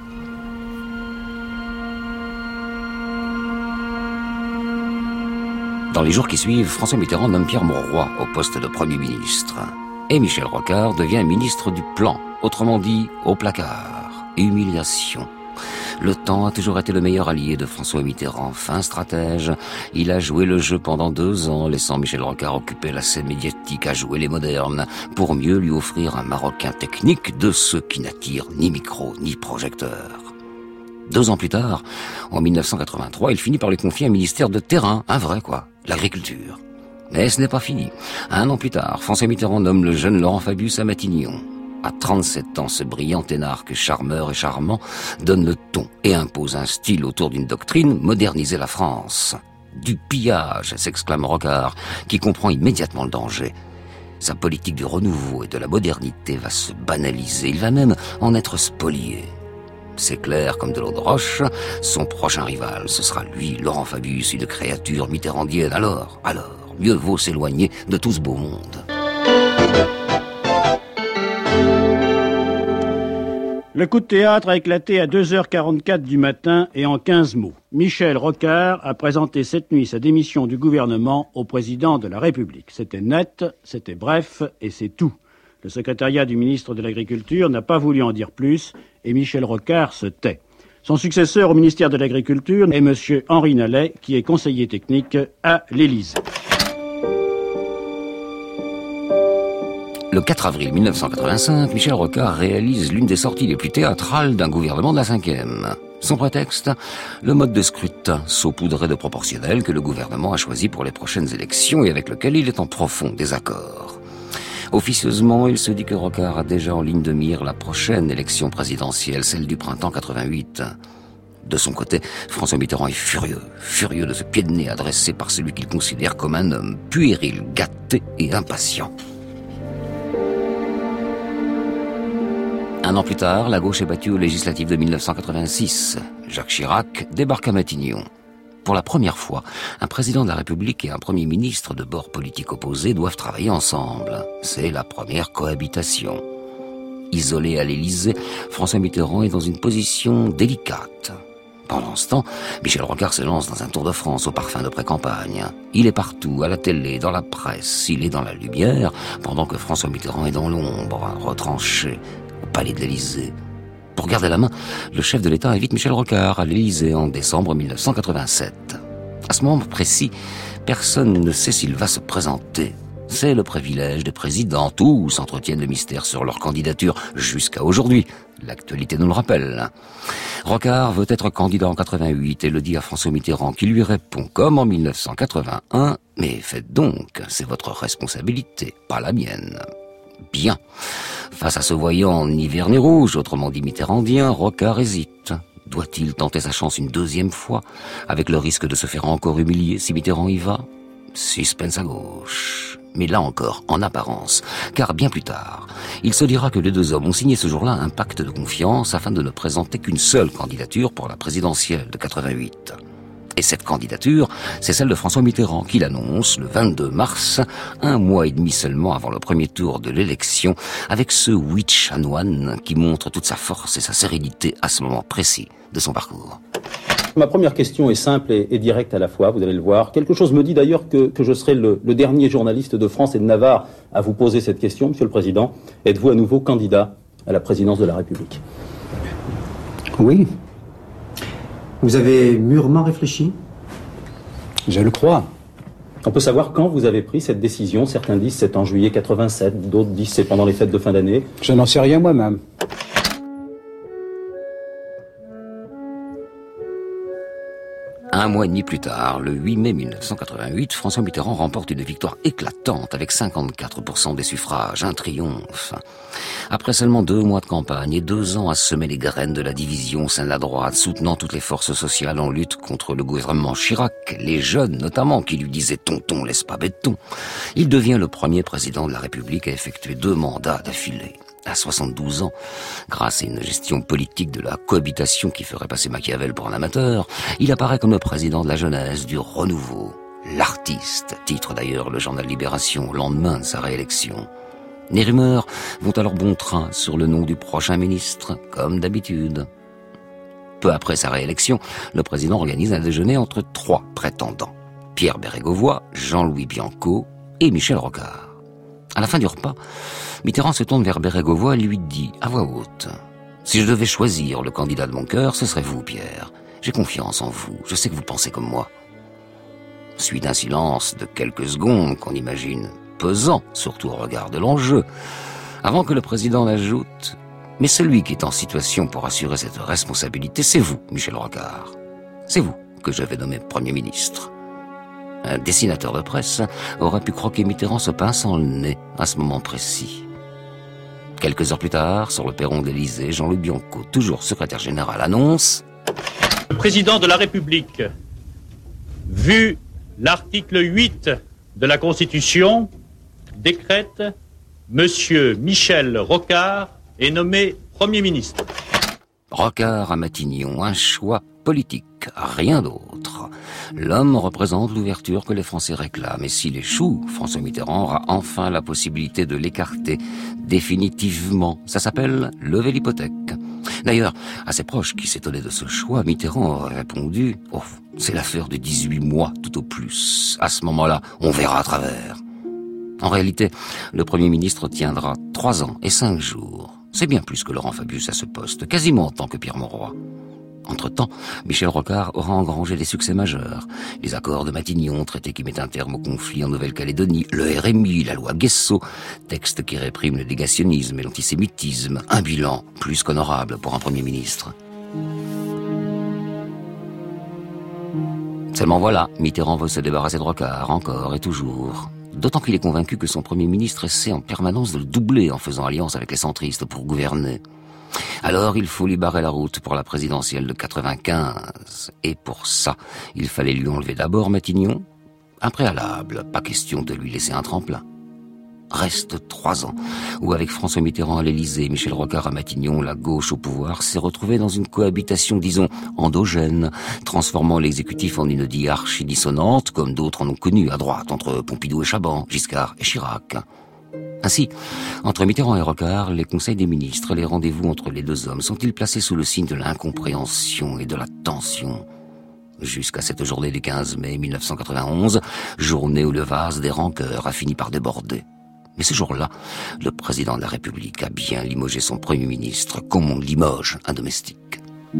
Dans les jours qui suivent, François Mitterrand nomme Pierre Mauroy au poste de Premier ministre. Et Michel Rocard devient ministre du Plan, autrement dit, au placard. Humiliation. Le temps a toujours été le meilleur allié de François Mitterrand, fin stratège. Il a joué le jeu pendant deux ans, laissant Michel Rocard occuper la scène médiatique à jouer les modernes, pour mieux lui offrir un Marocain technique de ceux qui n'attirent ni micro ni projecteur. Deux ans plus tard, en mille neuf cent quatre-vingt-trois, il finit par lui confier un ministère de terrain, un vrai quoi, l'agriculture. Mais ce n'est pas fini. Un an plus tard, François Mitterrand nomme le jeune Laurent Fabius à Matignon. À trente-sept ans, ce brillant énarque charmeur et charmant donne le ton et impose un style autour d'une doctrine, moderniser la France. Du pillage, s'exclame Rocard, qui comprend immédiatement le danger. Sa politique du renouveau et de la modernité va se banaliser, il va même en être spolié. C'est clair comme de l'eau de roche, son prochain rival, ce sera lui, Laurent Fabius, une créature mitterrandienne. Alors, alors, mieux vaut s'éloigner de tout ce beau monde. Le coup de théâtre a éclaté à deux heures quarante-quatre du matin et en quinze mots. Michel Rocard a présenté cette nuit sa démission du gouvernement au président de la République. C'était net, c'était bref et c'est tout. Le secrétariat du ministre de l'Agriculture n'a pas voulu en dire plus et Michel Rocard se tait. Son successeur au ministère de l'Agriculture est M. Henri Nallet, qui est conseiller technique à l'Élysée. Le quatre avril mille neuf cent quatre-vingt-cinq, Michel Rocard réalise l'une des sorties les plus théâtrales d'un gouvernement de la cinquième. Son prétexte, le mode de scrutin saupoudré de proportionnel que le gouvernement a choisi pour les prochaines élections et avec lequel il est en profond désaccord. Officieusement, il se dit que Rocard a déjà en ligne de mire la prochaine élection présidentielle, celle du printemps quatre-vingt-huit. De son côté, François Mitterrand est furieux, furieux de ce pied de nez adressé par celui qu'il considère comme un homme puéril, gâté et impatient. Un an plus tard, la gauche est battue aux législatives de mille neuf cent quatre-vingt-six. Jacques Chirac débarque à Matignon. Pour la première fois, un président de la République et un premier ministre de bords politiques opposés doivent travailler ensemble. C'est la première cohabitation. Isolé à l'Élysée, François Mitterrand est dans une position délicate. Pendant ce temps, Michel Rocard se lance dans un tour de France au parfum de pré-campagne. Il est partout, à la télé, dans la presse, il est dans la lumière, pendant que François Mitterrand est dans l'ombre, retranché au palais de l'Élysée. Pour garder la main, le chef de l'État invite Michel Rocard à l'Élysée en décembre mille neuf cent quatre-vingt-sept. À ce moment précis, personne ne sait s'il va se présenter. C'est le privilège des présidents. Tous entretiennent le mystère sur leur candidature jusqu'à aujourd'hui. L'actualité nous le rappelle. Rocard veut être candidat en quatre-vingt-huit et le dit à François Mitterrand qui lui répond comme en mille neuf cent quatre-vingt-un « Mais faites donc, c'est votre responsabilité, pas la mienne ». Bien. Face à ce voyant ni vert ni rouge, autrement dit mitterrandien, Rocard hésite. Doit-il tenter sa chance une deuxième fois, avec le risque de se faire encore humilier si Mitterrand y va ? Suspense à gauche. Mais là encore, en apparence, car bien plus tard, il se dira que les deux hommes ont signé ce jour-là un pacte de confiance afin de ne présenter qu'une seule candidature pour la présidentielle de quatre-vingt-huit. Et cette candidature, c'est celle de François Mitterrand qui l'annonce le vingt-deux mars, un mois et demi seulement avant le premier tour de l'élection, avec ce oui chanoine qui montre toute sa force et sa sérénité à ce moment précis de son parcours. Ma première question est simple et, et directe à la fois, vous allez le voir. Quelque chose me dit d'ailleurs que, que je serai le, le dernier journaliste de France et de Navarre à vous poser cette question, Monsieur le Président. Êtes-vous à nouveau candidat à la présidence de la République. Oui. Vous avez mûrement réfléchi ? Je le crois. On peut savoir quand vous avez pris cette décision. Certains disent c'est en juillet quatre-vingt-sept, d'autres disent c'est pendant les fêtes de fin d'année. Je n'en sais rien moi-même. Un mois et demi plus tard, le huit mai mille neuf cent quatre-vingt-huit, François Mitterrand remporte une victoire éclatante avec cinquante-quatre pour cent des suffrages, un triomphe. Après seulement deux mois de campagne et deux ans à semer les graines de la division au sein de la droite, soutenant toutes les forces sociales en lutte contre le gouvernement Chirac, les jeunes notamment qui lui disaient « tonton, laisse pas béton », il devient le premier président de la République à effectuer deux mandats d'affilée. À soixante-douze ans, grâce à une gestion politique de la cohabitation qui ferait passer Machiavel pour un amateur, il apparaît comme le président de la jeunesse, du renouveau. L'artiste, titre d'ailleurs le journal Libération au lendemain de sa réélection. Les rumeurs vont alors bon train sur le nom du prochain ministre, comme d'habitude. Peu après sa réélection, le président organise un déjeuner entre trois prétendants. Pierre Bérégovoy, Jean-Louis Bianco et Michel Rocard. À la fin du repas, Mitterrand se tourne vers Bérégovoy et lui dit à voix haute « Si je devais choisir le candidat de mon cœur, ce serait vous, Pierre. J'ai confiance en vous, je sais que vous pensez comme moi. » Suite d'un silence de quelques secondes qu'on imagine pesant, surtout au regard de l'enjeu, avant que le président n'ajoute « Mais celui qui est en situation pour assurer cette responsabilité, c'est vous, Michel Rocard. C'est vous que je vais nommer Premier ministre. » Un dessinateur de presse aurait pu croquer Mitterrand se pinçant le nez à ce moment précis. Quelques heures plus tard, sur le perron de l'Élysée, Jean-Louis Bianco, toujours secrétaire général, annonce « Le président de la République, vu l'article huit de la Constitution, décrète Monsieur Michel Rocard est nommé Premier ministre. » Rocard à Matignon, un choix politique, rien d'autre. L'homme représente l'ouverture que les Français réclament, et s'il échoue, François Mitterrand aura enfin la possibilité de l'écarter définitivement. Ça s'appelle lever l'hypothèque. D'ailleurs, à ses proches qui s'étonnaient de ce choix, Mitterrand aurait répondu « Oh, c'est l'affaire de dix-huit mois tout au plus. À ce moment-là, on verra à travers. » En réalité, le Premier ministre tiendra trois ans et cinq jours. C'est bien plus que Laurent Fabius à ce poste, quasiment autant que Pierre Mauroy. Entre-temps, Michel Rocard aura engrangé des succès majeurs. Les accords de Matignon, traité qui met un terme au conflit en Nouvelle-Calédonie, le R M I, la loi Guesso, texte qui réprime le négationnisme et l'antisémitisme, un bilan plus qu'honorable pour un Premier ministre. Seulement voilà, Mitterrand veut se débarrasser de Rocard, encore et toujours. D'autant qu'il est convaincu que son Premier ministre essaie en permanence de le doubler en faisant alliance avec les centristes pour gouverner. Alors il faut lui barrer la route pour la présidentielle de quatre-vingt-quinze. Et pour ça, il fallait lui enlever d'abord Matignon. Un préalable, pas question de lui laisser un tremplin. Reste trois ans, où avec François Mitterrand à l'Élysée et Michel Rocard à Matignon, la gauche au pouvoir s'est retrouvée dans une cohabitation, disons, endogène, transformant l'exécutif en une diarchie dissonante, comme d'autres en ont connu à droite, entre Pompidou et Chaban, Giscard et Chirac. Ainsi, entre Mitterrand et Rocard, les conseils des ministres, les rendez-vous entre les deux hommes sont-ils placés sous le signe de l'incompréhension et de la tension ? Jusqu'à cette journée du quinze mai mille neuf cent quatre-vingt-onze, journée où le vase des rancœurs a fini par déborder. Mais ce jour-là, le président de la République a bien limogé son Premier ministre, comme on limoge un domestique.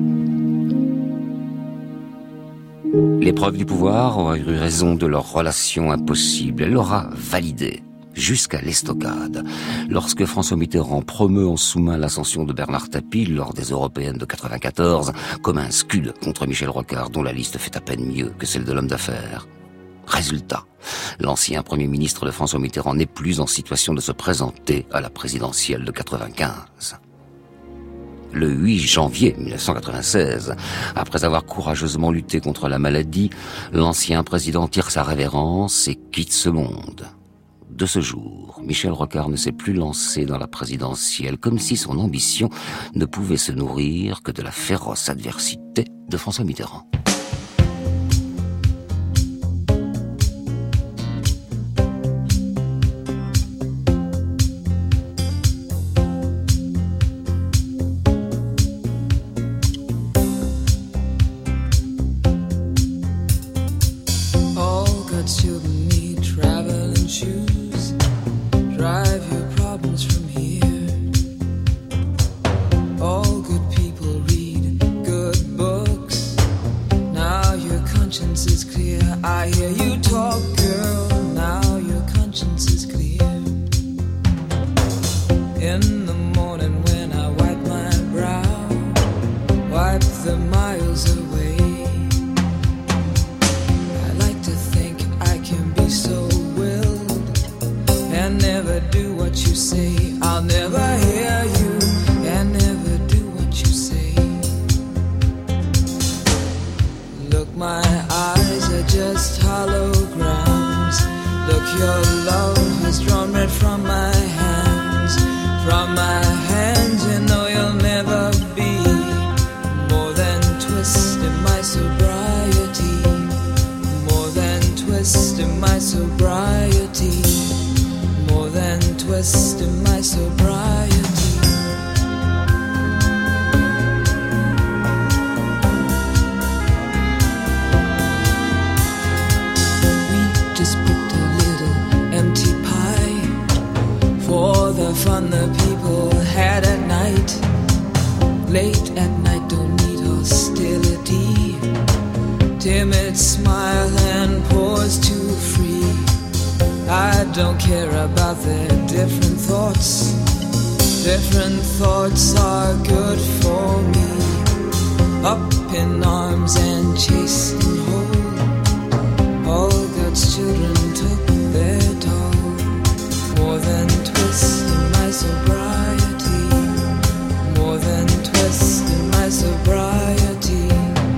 L'épreuve du pouvoir aura eu raison de leur relation impossible. Elle l'aura validée jusqu'à l'estocade, lorsque François Mitterrand promeut en sous-main l'ascension de Bernard Tapie lors des européennes de quatre-vingt-quatorze comme un scud contre Michel Rocard, dont la liste fait à peine mieux que celle de l'homme d'affaires. Résultat, l'ancien Premier ministre de François Mitterrand n'est plus en situation de se présenter à la présidentielle de quatre-vingt-quinze. Le huit janvier mille neuf cent quatre-vingt-seize, après avoir courageusement lutté contre la maladie, l'ancien président tire sa révérence et quitte ce monde. De ce jour, Michel Rocard ne s'est plus lancé dans la présidentielle, comme si son ambition ne pouvait se nourrir que de la féroce adversité de François Mitterrand. the miles away. I like to think I can be so willed and never do what you say. I'll never hear you and never do what you say. Look, my eyes are just holograms. Look, your love has drawn red from my hands. From my hands, you know you'll never be more than twist in my sobriety. More than twist in my sobriety. More than twist in my sobriety. For the fun the people had at night. Late at night, don't need hostility. Timid smile and pause too free. I don't care about their different thoughts. Different thoughts are good for me. Up in arms and chased and whole. All God's children took their toll. More than twist in my sobriety. More than twist in my sobriety.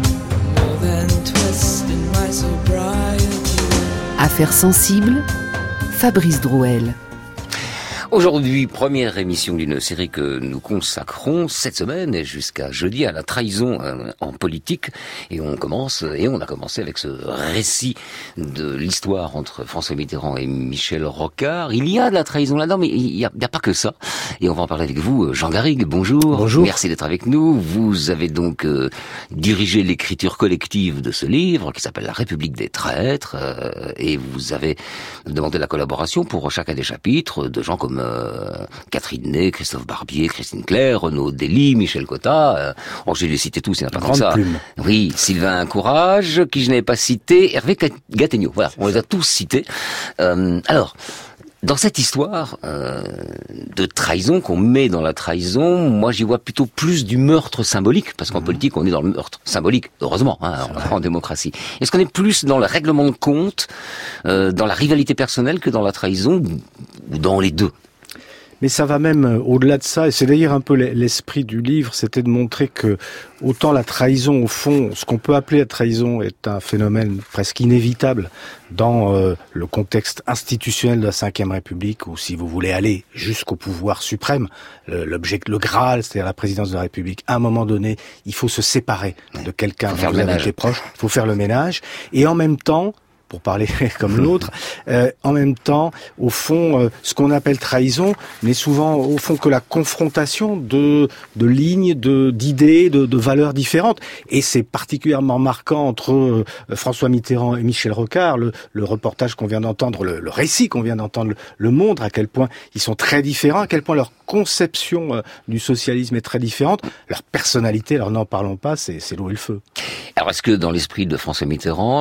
More than twist in my sobriety. Affaires sensibles, Fabrice Drouel. Aujourd'hui, première émission d'une série que nous consacrons cette semaine et jusqu'à jeudi à la trahison euh, en politique. Et on commence, et on a commencé avec ce récit de l'histoire entre François Mitterrand et Michel Rocard. Il y a de la trahison là-dedans, mais il n'y a, a pas que ça. Et on va en parler avec vous. Jean Garrigue, bonjour. Bonjour. Merci d'être avec nous. Vous avez donc euh, dirigé l'écriture collective de ce livre qui s'appelle La République des traîtres. Euh, et vous avez demandé la collaboration pour chacun des chapitres de gens comme Euh, Catherine Ney, Christophe Barbier, Christine Claire, Renaud Dely, Michel Cotta. Euh, oh, je vais les citer tous, il n'y en a pas comme ça. Plume. Oui, Sylvain Courage, qui je n'avais pas cité, Hervé Gattegno. Voilà, on les a tous cités. Euh, alors, dans cette histoire euh, de trahison qu'on met dans la trahison, moi j'y vois plutôt plus du meurtre symbolique, parce qu'en mmh. politique on est dans le meurtre symbolique, heureusement, hein, en, en démocratie. Est-ce qu'on est plus dans le règlement de compte, euh, dans la rivalité personnelle que dans la trahison, ou dans les deux ? Mais ça va même au-delà de ça, et c'est d'ailleurs un peu l'esprit du livre, c'était de montrer que autant la trahison, au fond, ce qu'on peut appeler la trahison est un phénomène presque inévitable dans euh, le contexte institutionnel de la cinquième République, ou si vous voulez aller jusqu'au pouvoir suprême, l'objet, le Graal, c'est-à-dire la présidence de la République, à un moment donné, il faut se séparer de quelqu'un dont vous avez été proche, il faut faire le ménage, et en même temps, pour parler comme l'autre, euh, en même temps, au fond, euh, ce qu'on appelle trahison n'est souvent, au fond, que la confrontation de de lignes, de d'idées, de, de valeurs différentes. Et c'est particulièrement marquant entre euh, François Mitterrand et Michel Rocard, le, le reportage qu'on vient d'entendre, le, le récit qu'on vient d'entendre, le, le montre à quel point ils sont très différents, à quel point leur conception euh, du socialisme est très différente, leur personnalité, alors n'en parlons pas, c'est, c'est l'eau et le feu. Alors est-ce que dans l'esprit de François Mitterrand,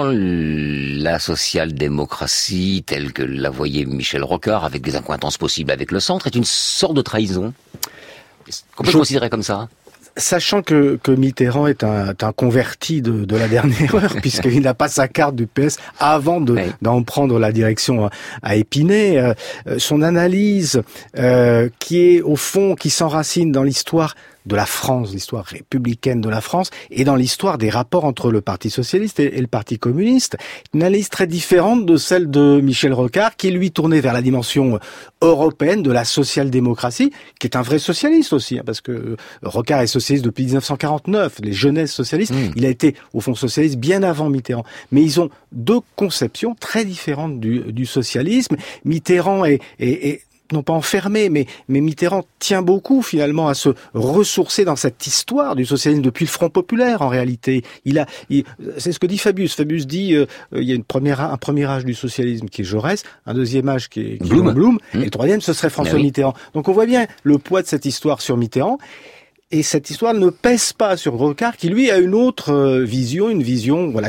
la social-démocratie telle que la voyait Michel Rocard, avec des accointances possibles avec le centre, est une sorte de trahison ? Qu'on peut Je... considérer comme ça ? Sachant que, que Mitterrand est un, un converti de, de la dernière heure, puisqu'il n'a pas sa carte du P S avant de, oui. d'en prendre la direction à, à Épinay, euh, son analyse euh, qui est au fond, qui s'enracine dans l'histoire de la France, l'histoire républicaine de la France, et dans l'histoire des rapports entre le Parti socialiste et, et le Parti communiste. Une analyse très différente de celle de Michel Rocard, qui lui tournait vers la dimension européenne de la social-démocratie, qui est un vrai socialiste aussi, hein, parce que Rocard est socialiste depuis dix-neuf cent quarante-neuf, les jeunesses socialistes. Mmh. Il a été, au fond, socialiste bien avant Mitterrand. Mais ils ont deux conceptions très différentes du, du socialisme. Mitterrand est, est, est non pas enfermé, mais, mais Mitterrand tient beaucoup finalement à se ressourcer dans cette histoire du socialisme depuis le Front populaire en réalité. Il a, il, c'est ce que dit Fabius. Fabius dit euh, il y a une première, un premier âge du socialisme qui est Jaurès, un deuxième âge qui est, qui Blum, est Blum, mmh. et le troisième ce serait François oui. Mitterrand. Donc on voit bien le poids de cette histoire sur Mitterrand. Et cette histoire ne pèse pas sur Rocard, qui lui a une autre vision, une vision voilà qui le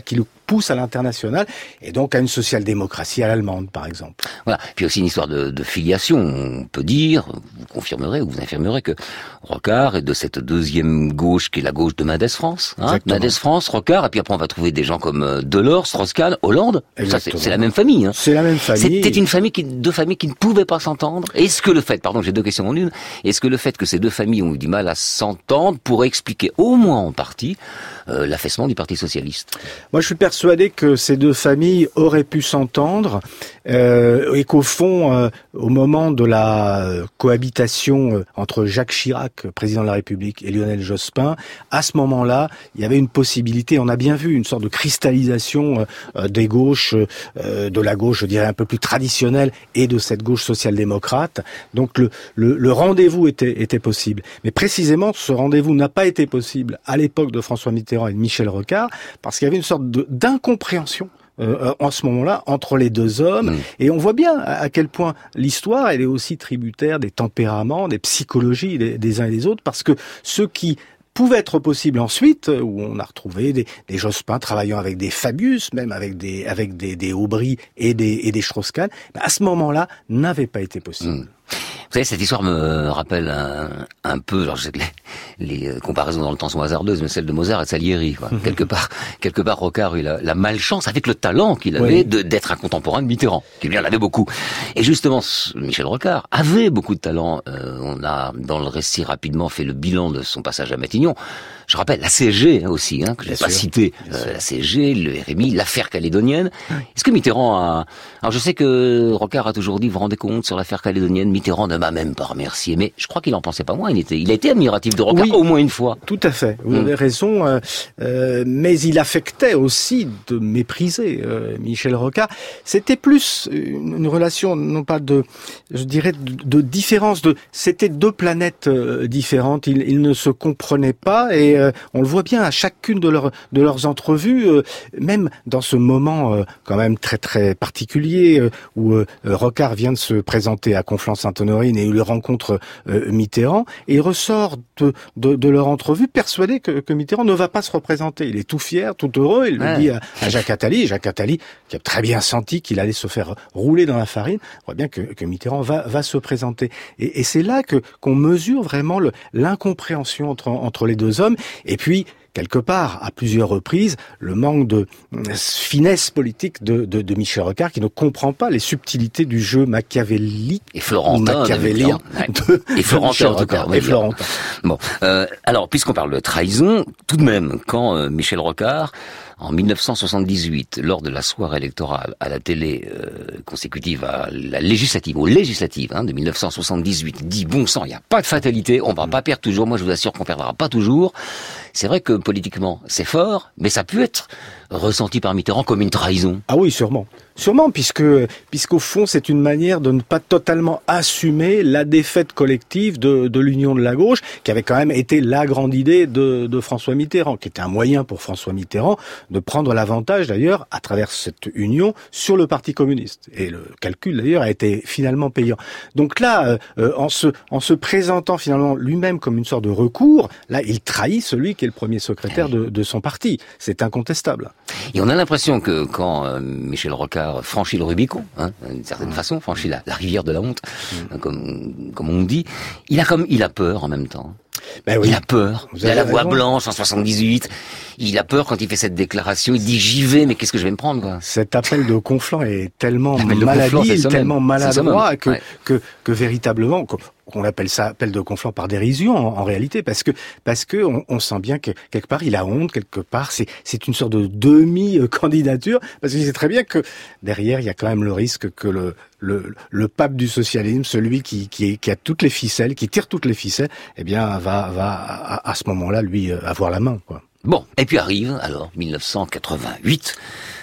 pousse à l'international et donc à une social-démocratie à l'allemande, par exemple. Voilà. Puis aussi une histoire de, de filiation. On peut dire, vous confirmerez ou vous infirmerez que Rocard est de cette deuxième gauche qui est la gauche de Mendès France. Hein, Mendès France, Rocard, et puis après on va trouver des gens comme Delors, Strauss-Kahn, Hollande. Ça, c'est, c'est la même famille. Hein. C'est la même famille. C'était une famille qui, deux familles qui ne pouvaient pas s'entendre. Est-ce que le fait, pardon, j'ai deux questions en une, est-ce que le fait que ces deux familles ont eu du mal à s'entendre pourrait expliquer au moins en partie euh, l'affaissement du Parti socialiste? Moi, je suis persuadé que ces deux familles auraient pu s'entendre euh, et qu'au fond, euh, au moment de la euh, cohabitation euh, entre Jacques Chirac, président de la République, et Lionel Jospin, à ce moment-là, il y avait une possibilité, on a bien vu, une sorte de cristallisation euh, des gauches, euh, de la gauche, je dirais, un peu plus traditionnelle et de cette gauche social-démocrate. Donc le, le, le rendez-vous était, était possible. Mais précisément, ce rendez-vous n'a pas été possible à l'époque de François Mitterrand et de Michel Rocard, parce qu'il y avait une sorte de, d'incompréhension Euh, en ce moment-là, entre les deux hommes. Mmh. Et on voit bien à, à quel point l'histoire, elle est aussi tributaire des tempéraments, des psychologies des, des uns et des autres, parce que ceux qui pouvait être possible ensuite, où on a retrouvé des, des Jospin travaillant avec des Fabius, même avec des avec des, des Aubry et des et des Strauss-Kahn, à ce moment-là, n'avait pas été possible. Mmh. Vous savez, cette histoire me rappelle un, un peu, alors je sais que les, les comparaisons dans le temps sont hasardeuses, mais celle de Mozart et de Salieri, quoi. Mmh. Quelque part, quelque part, Rocard a eu la, la malchance, avec le talent qu'il avait, oui. de, d'être un contemporain de Mitterrand, qui lui en avait beaucoup. Et justement, Michel Rocard avait beaucoup de talent. Euh, on a, dans le récit, rapidement fait le bilan de son passage à Matignon. Je rappelle, la C S G hein, aussi, hein, que je n'ai pas cité. Euh, la C S G, le R M I, l'affaire calédonienne. Oui. Est-ce que Mitterrand a... Alors je sais que Rocard a toujours dit, vous vous rendez compte, sur l'affaire calédonienne, Mitterrand ne m'a même pas remercié. Mais je crois qu'il en pensait pas moins. Il était, il a été admiratif de Rocard oui, au moins une fois. Tout à fait. Vous hum. avez raison. Euh, euh, mais il affectait aussi de mépriser euh, Michel Rocard. C'était plus une, une relation, non pas de, je dirais, de, de différence. De, c'était deux planètes euh, différentes. Ils, ils ne se comprenaient pas et euh, on le voit bien à chacune de leurs de leurs entrevues, euh, même dans ce moment euh, quand même très très particulier euh, où euh, Rocard vient de se présenter à Conflans-Sainte-Honorine et où il rencontre euh, Mitterrand et il ressort de, de, de leur entrevue persuadé que, que Mitterrand ne va pas se représenter. Il est tout fier, tout heureux. Il ouais. le dit à, à Jacques Attali. Jacques Attali qui a très bien senti qu'il allait se faire rouler dans la farine. On voit bien que, que Mitterrand va, va se présenter. Et, et c'est là que qu'on mesure vraiment le, l'incompréhension entre entre les deux hommes. Et puis, quelque part, à plusieurs reprises, le manque de finesse politique de, de, de Michel Rocard, qui ne comprend pas les subtilités du jeu machiavélique et florentin, machiavélien de, et Florentin, en tout cas, et Florentin. Bon, euh, alors, puisqu'on parle de trahison, tout de même, quand euh, Michel Rocard, en mille neuf cent soixante-dix-huit, lors de la soirée électorale à la télé euh, consécutive à la législative, aux législatives hein, de mille neuf cent soixante-dix-huit, dit bon sang, il n'y a pas de fatalité, on va pas perdre toujours, moi je vous assure qu'on perdra pas toujours. C'est vrai que politiquement c'est fort, mais ça peut être ressenti par Mitterrand comme une trahison. Ah oui, sûrement. Sûrement, puisque puisqu'au fond, c'est une manière de ne pas totalement assumer la défaite collective de, de l'union de la gauche, qui avait quand même été la grande idée de, de François Mitterrand, qui était un moyen pour François Mitterrand de prendre l'avantage, d'ailleurs, à travers cette union, sur le Parti communiste. Et le calcul, d'ailleurs, a été finalement payant. Donc là, euh, en se en se présentant finalement lui-même comme une sorte de recours, là, il trahit celui qui est le premier secrétaire de, de son parti. C'est incontestable. Et on a l'impression que quand euh, Michel Rocard franchit le Rubicon, hein, d'une certaine façon, franchit la, la rivière de la honte, mmh. hein, comme, comme on dit, il a comme il a peur en même temps. Ben oui. Il a peur. Il a la voix blanche en soixante-dix-huit. Il a peur quand il fait cette déclaration. Il dit j'y vais, mais qu'est-ce que je vais me prendre quoi. Cet appel de Conflans est tellement malhabile, tellement maladroit que, ouais. que que véritablement qu'on appelle ça appel de Conflans par dérision en, en réalité, parce que parce que on, on sent bien que quelque part il a honte, quelque part c'est c'est une sorte de demi-candidature, parce qu'il sait très bien que derrière il y a quand même le risque que le le le pape du socialisme, celui qui qui, qui a toutes les ficelles, qui tire toutes les ficelles, eh bien va va à, à ce moment-là lui avoir la main quoi. Bon, et puis arrive alors mille neuf cent quatre-vingt-huit.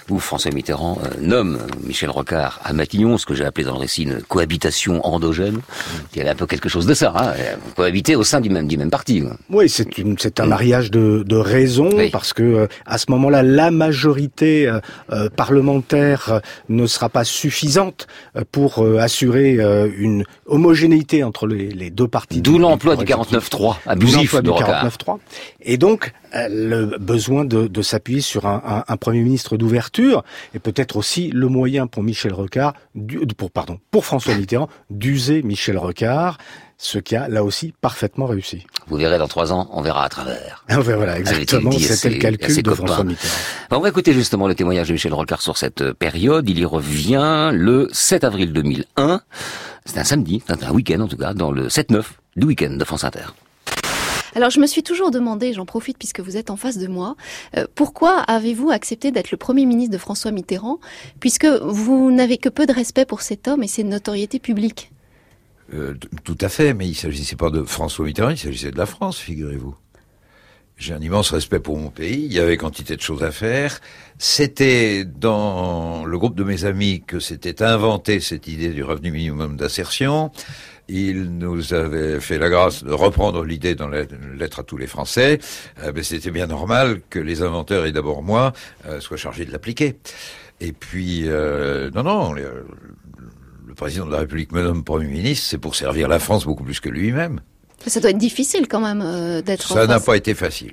où François Mitterrand euh, nomme Michel Rocard à Matignon, ce que j'ai appelé dans le récit une cohabitation endogène. Il y avait un peu quelque chose de ça, hein, cohabiter au sein du même, du même parti. Quoi. Oui, c'est une, c'est un mariage de, de raison, oui. parce que euh, à ce moment-là, la majorité euh, euh, parlementaire euh, ne sera pas suffisante euh, pour euh, assurer euh, une homogénéité entre les, les deux partis. D'où l'emploi du quarante-neuf trois, abusif de Rocard. quarante-neuf trois. Et donc, euh, le besoin de, de s'appuyer sur un, un, un Premier ministre d'ouverture, et peut-être aussi le moyen pour Michel Rocard, du, pour, pardon, pour François Mitterrand, d'user Michel Rocard, ce qui a, là aussi, parfaitement réussi. Vous verrez dans trois ans, on verra à travers. Voilà, exactement, c'était le calcul de François Mitterrand. On va écouter justement le témoignage de Michel Rocard sur cette période. Il y revient le sept avril deux mille un. C'est un samedi, c'est un week-end en tout cas, dans le sept neuf du week-end de France Inter. Alors je me suis toujours demandé, j'en profite puisque vous êtes en face de moi, euh, pourquoi avez-vous accepté d'être le Premier ministre de François Mitterrand, puisque vous n'avez que peu de respect pour cet homme et ses notoriétés publiques? Euh, tout à fait, mais il s'agissait pas de François Mitterrand, il s'agissait de la France, figurez-vous. J'ai un immense respect pour mon pays, il y avait quantité de choses à faire. C'était dans le groupe de mes amis que s'était inventé cette idée du revenu minimum d'insertion. Il nous avait fait la grâce de reprendre l'idée dans la lettre à tous les Français. Euh, ben c'était bien normal que les inventeurs, et d'abord moi, euh, soient chargés de l'appliquer. Et puis, euh, non, non, le, le président de la République me nomme Premier ministre, c'est pour servir la France beaucoup plus que lui-même. Ça doit être difficile quand même euh, d'être... Ça n'a pas été facile.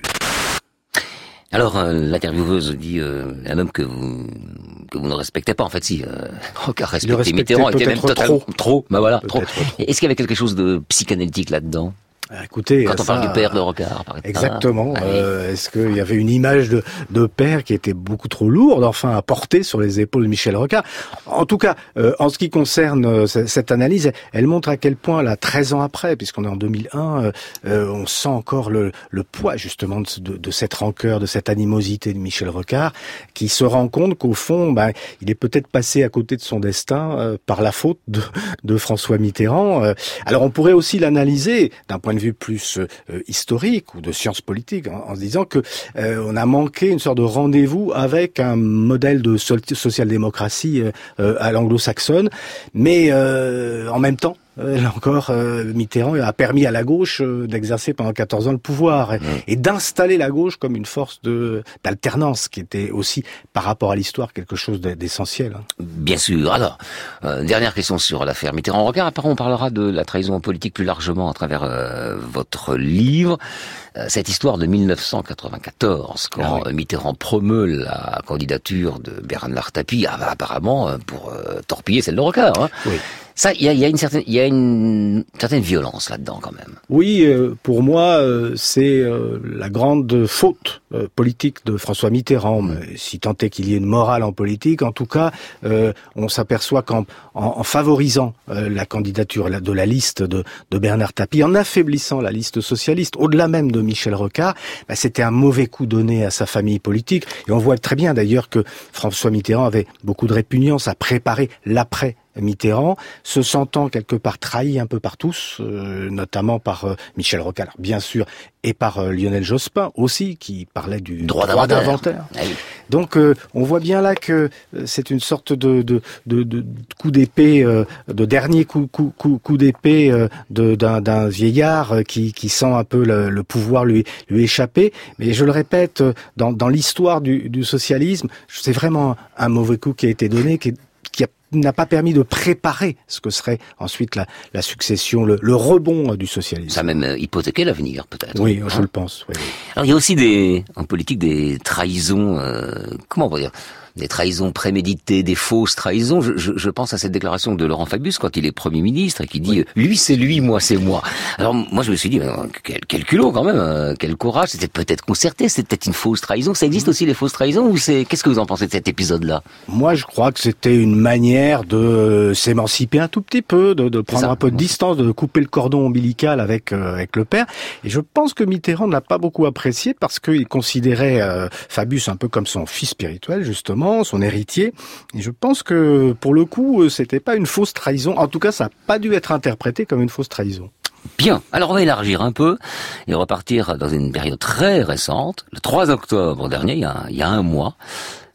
Alors, euh, l'intervieweuse dit euh, un homme que vous que vous ne respectez pas. En fait, si, euh, Rocard respectait Mitterrand, était même totalement trop. trop. Bah voilà, trop. trop. Est-ce qu'il y avait quelque chose de psychanalytique là-dedans ? Écoutez, quand on ça, parle du père de Rocard, par exemple. Exactement. Ah, euh, est-ce qu'il y avait une image de, de père qui était beaucoup trop lourde, enfin, à porter sur les épaules de Michel Rocard? En tout cas, euh, en ce qui concerne euh, cette analyse, elle, elle montre à quel point, là, treize ans après, puisqu'on est en deux mille un, euh, euh, on sent encore le, le poids, justement, de, de, de cette rancœur, de cette animosité de Michel Rocard, qui se rend compte qu'au fond, ben, il est peut-être passé à côté de son destin euh, par la faute de, de François Mitterrand. Euh, alors, on pourrait aussi l'analyser d'un point de vue plus euh, historique ou de sciences politiques, en, en se disant que euh, on a manqué une sorte de rendez-vous avec un modèle de social-démocratie euh, à l'anglo-saxonne, mais euh, en même temps, Euh, là encore, euh, Mitterrand a permis à la gauche euh, d'exercer pendant quatorze ans le pouvoir et, mmh. et d'installer la gauche comme une force de d'alternance, qui était aussi, par rapport à l'histoire, quelque chose d'essentiel. Hein. Bien sûr. Alors, euh, dernière question sur l'affaire Mitterrand-Rocard. Apparemment, on parlera de la trahison politique plus largement à travers euh, votre livre. Euh, cette histoire de mille neuf cent quatre-vingt-quatorze, quand ah oui. Mitterrand promeut la candidature de Bernard Tapie, ah, apparemment euh, pour euh, torpiller celle de Rocard. Hein. Oui. Ça, il y a, y a une certaine, il y a une certaine violence là-dedans quand même. Oui, euh, pour moi, euh, c'est euh, la grande faute euh, politique de François Mitterrand. Mmh. Mais si tant est qu'il y ait une morale en politique, en tout cas, euh, on s'aperçoit qu'en en, en favorisant euh, la candidature de la liste de, de Bernard Tapie, en affaiblissant la liste socialiste, au-delà même de Michel Rocard, bah, c'était un mauvais coup donné à sa famille politique. Et on voit très bien d'ailleurs que François Mitterrand avait beaucoup de répugnance à préparer l'après Mitterrand, se sentant quelque part trahi un peu par tous, euh, notamment par euh, Michel Rocard, bien sûr, et par euh, Lionel Jospin aussi, qui parlait du droit, droit d'inventaire. Ah oui. Donc, euh, on voit bien là que euh, c'est une sorte de, de, de, de coup d'épée, euh, de dernier coup, coup, coup, coup d'épée euh, d'un, d'un vieillard euh, qui, qui sent un peu le, le pouvoir lui, lui échapper. Mais je le répète, dans, dans l'histoire du, du socialisme, c'est vraiment un mauvais coup qui a été donné, qui, qui a n'a pas permis de préparer ce que serait ensuite la, la succession, le, le rebond du socialisme. Ça a même euh, hypothéqué l'avenir, peut-être. Oui, hein. je le pense. Oui, oui. Alors, il y a aussi des, en politique des trahisons, euh, comment on va dire, des trahisons préméditées, des fausses trahisons. Je, je, je pense à cette déclaration de Laurent Fabius quand il est Premier ministre et qui dit oui. « Lui, c'est lui, moi, c'est moi ». Alors, moi, je me suis dit euh, « Quel, quel culot, quand même, euh, quel courage, c'était peut-être concerté, c'était peut-être une fausse trahison. » Ça existe aussi, les fausses trahisons, ou c'est... Qu'est-ce que vous en pensez de cet épisode-là? Moi, je crois que c'était une manière de euh, s'émanciper un tout petit peu, de, de prendre un peu de distance, de couper le cordon ombilical avec, euh, avec le père. Et je pense que Mitterrand n'a pas beaucoup apprécié parce qu'il considérait euh, Fabius un peu comme son fils spirituel, justement, son héritier. Et je pense que, pour le coup, c'était pas une fausse trahison. En tout cas, ça n'a pas dû être interprété comme une fausse trahison. Bien. Alors, on va élargir un peu et repartir dans une période très récente. Le trois octobre dernier, il y a, il y a un mois,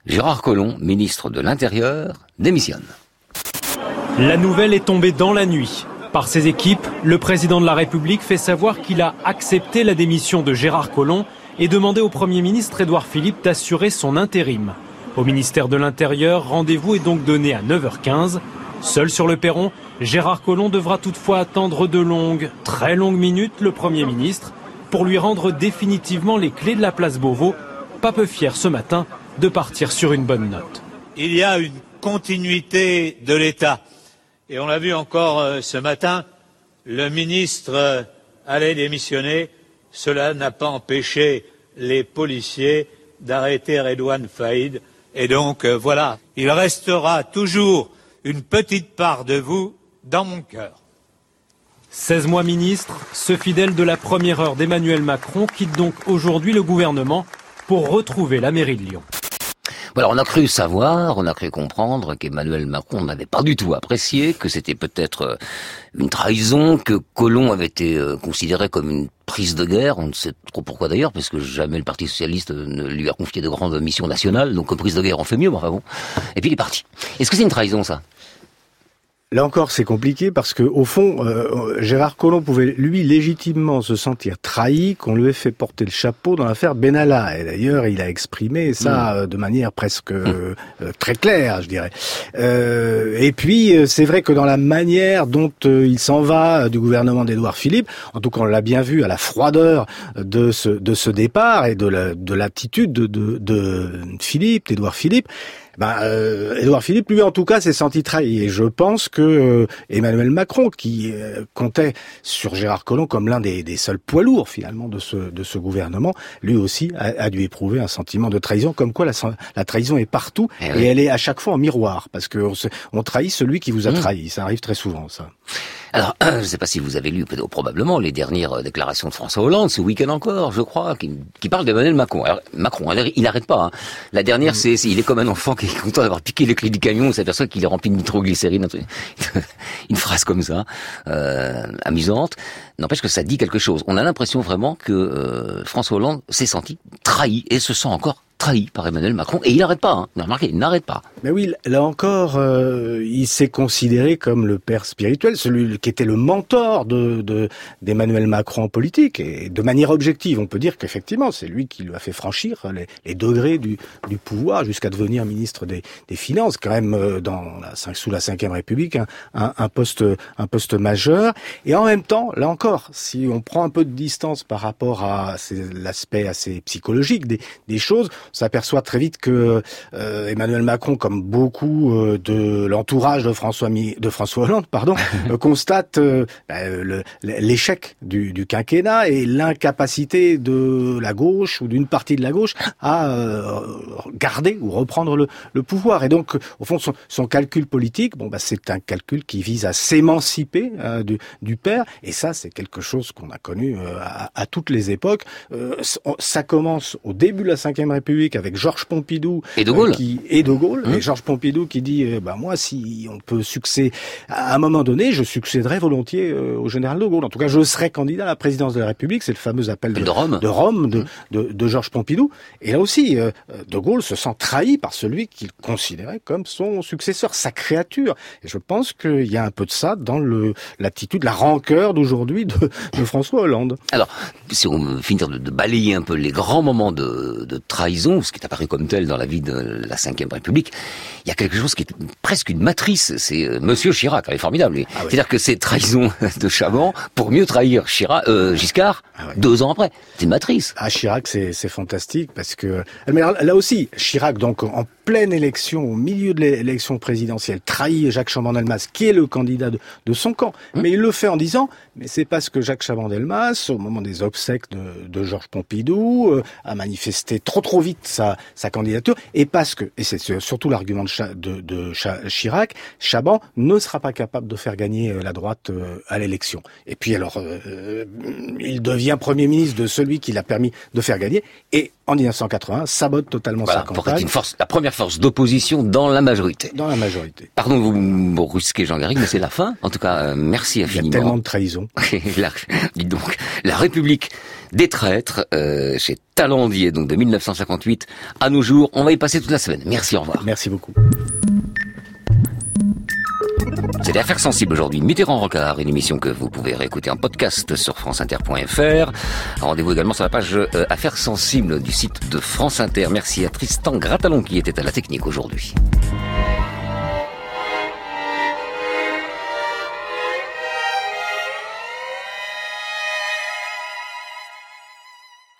Gérard Collomb, ministre de l'Intérieur, démissionne. La nouvelle est tombée dans la nuit. Par ses équipes, le président de la République fait savoir qu'il a accepté la démission de Gérard Collomb et demandé au Premier ministre Édouard Philippe d'assurer son intérim. Au ministère de l'Intérieur, rendez-vous est donc donné à neuf heures quinze. Seul sur le perron, Gérard Collomb devra toutefois attendre de longues, très longues minutes le Premier ministre pour lui rendre définitivement les clés de la place Beauvau, pas peu fier ce matin de partir sur une bonne note. Il y a une continuité de l'État. Et on l'a vu encore euh, ce matin, le ministre euh, allait démissionner. Cela n'a pas empêché les policiers d'arrêter Redouane Faïd. Et donc, euh, voilà, il restera toujours une petite part de vous dans mon cœur. seize mois ministre, ce fidèle de la première heure d'Emmanuel Macron quitte donc aujourd'hui le gouvernement pour retrouver la mairie de Lyon. Voilà, on a cru savoir, on a cru comprendre qu'Emmanuel Macron n'avait pas du tout apprécié, que c'était peut-être une trahison, que Collomb avait été considéré comme une prise de guerre, on ne sait trop pourquoi d'ailleurs, parce que jamais le Parti Socialiste ne lui a confié de grandes missions nationales, donc comme prise de guerre on fait mieux, mais enfin bon. Et puis il est parti. Est-ce que c'est une trahison ça ? Là encore, c'est compliqué parce que au fond, euh, Gérard Collomb pouvait lui légitimement se sentir trahi, qu'on lui ait fait porter le chapeau dans l'affaire Benalla. Et d'ailleurs, il a exprimé ça mmh. de manière presque euh, très claire, je dirais. Euh, et puis, c'est vrai que dans la manière dont euh, il s'en va du gouvernement d'Édouard Philippe, en tout cas, on l'a bien vu à la froideur de ce de ce départ et de la, de l'attitude de, de, de Philippe, d'Édouard Philippe. Ben, euh, Édouard Philippe, lui, en tout cas, s'est senti trahi. Et je pense que euh, Emmanuel Macron, qui euh, comptait sur Gérard Collomb comme l'un des, des seuls poids lourds, finalement, de ce, de ce gouvernement, lui aussi a, a dû éprouver un sentiment de trahison, comme quoi la, la trahison est partout, et, et oui. elle est à chaque fois en miroir, parce qu'on on trahit celui qui vous a mmh. trahi. Ça arrive très souvent, ça. Alors, je ne sais pas si vous avez lu, probablement, les dernières déclarations de François Hollande, ce week-end encore, je crois, qui, qui parle d'Emmanuel Macron. Alors, Macron, il n'arrête pas. Hein. La dernière, c'est, c'est, il est comme un enfant qui est content d'avoir piqué les clés du camion, on s'aperçoit qu'il est rempli de nitroglycérine. Une phrase comme ça, euh, amusante. N'empêche que ça dit quelque chose. On a l'impression vraiment que euh, François Hollande s'est senti trahi et se sent encore trahi par Emmanuel Macron, et il n'arrête pas, hein. Vous avez remarqué, il n'arrête pas. Mais oui, là encore, euh, il s'est considéré comme le père spirituel, celui qui était le mentor de, de d'Emmanuel Macron en politique, et de manière objective, on peut dire qu'effectivement, c'est lui qui lui a fait franchir les, les degrés du, du pouvoir jusqu'à devenir ministre des, des Finances, quand même dans la, sous la cinquième République, un, un, un poste, un poste majeur. Et en même temps, là encore, si on prend un peu de distance par rapport à ces, l'aspect assez psychologique des, des choses, on s'aperçoit très vite que euh, Emmanuel Macron, comme beaucoup euh, de l'entourage de François de François Hollande, pardon, euh, constate euh, bah, le, l'échec du, du quinquennat et l'incapacité de la gauche ou d'une partie de la gauche à euh, garder ou reprendre le, le pouvoir. Et donc, au fond, son, son calcul politique, bon, bah, c'est un calcul qui vise à s'émanciper euh, du, du père. Et ça, c'est quelque chose qu'on a connu euh, à, à toutes les époques. Euh, ça commence au début de la cinquième République avec Georges Pompidou et de Gaulle, euh, qui, et de Gaulle, mmh. et Georges Pompidou qui dit, euh, bah moi, si on peut succéder à un moment donné, je succéderai volontiers euh, au général de Gaulle. En tout cas, je serai candidat à la présidence de la République. C'est le fameux appel de, de Rome, de, Rome de, mmh. de, de Georges Pompidou. Et là aussi, euh, de Gaulle se sent trahi par celui qu'il considérait comme son successeur, sa créature. Et je pense qu'il y a un peu de ça dans le l'attitude, la rancœur d'aujourd'hui de, de François Hollande. Alors, si on finit de, de balayer un peu les grands moments de, de trahison, ce qui est apparu comme tel dans la vie de la cinquième République, il y a quelque chose qui est presque une matrice, c'est euh, Monsieur Chirac, elle est formidable. Ah oui. C'est-à-dire que c'est trahison de Chaban pour mieux trahir Chirac, euh, Giscard ah oui. deux ans après. C'est une matrice. Ah, Chirac, c'est, c'est fantastique parce que... Mais là aussi, Chirac, donc en pleine élection, au milieu de l'élection présidentielle, trahit Jacques Chaban-Delmas, qui est le candidat de, de son camp. Hum. Mais il le fait en disant, mais c'est parce que Jacques Chaban-Delmas, au moment des obsèques de, de Georges Pompidou, euh, a manifesté trop trop vite sa, sa candidature, et parce que, et c'est surtout l'argument de, Cha, de, de Cha, Chirac, Chaban ne sera pas capable de faire gagner la droite euh, à l'élection. Et puis alors, euh, il devient Premier ministre de celui qui l'a permis de faire gagner, et en dix-neuf cent quatre-vingts, sabote totalement voilà, sa campagne. Pour être une force, la première force d'opposition dans la majorité. Dans la majorité. Pardon de vous brusquer, Jean Garrigue, mais c'est la fin. En tout cas, euh, merci infiniment. Il y a tellement de trahison. la, dis donc, la République Des traîtres, euh, chez Talandier, donc de mille neuf cent cinquante-huit à nos jours. On va y passer toute la semaine. Merci, au revoir. Merci beaucoup. C'était Affaires sensibles aujourd'hui. Mitterrand-Rocard, une émission que vous pouvez réécouter en podcast sur franceinter point f r. Rendez-vous également sur la page euh, Affaires sensibles du site de France Inter. Merci à Tristan Gratalon qui était à la technique aujourd'hui.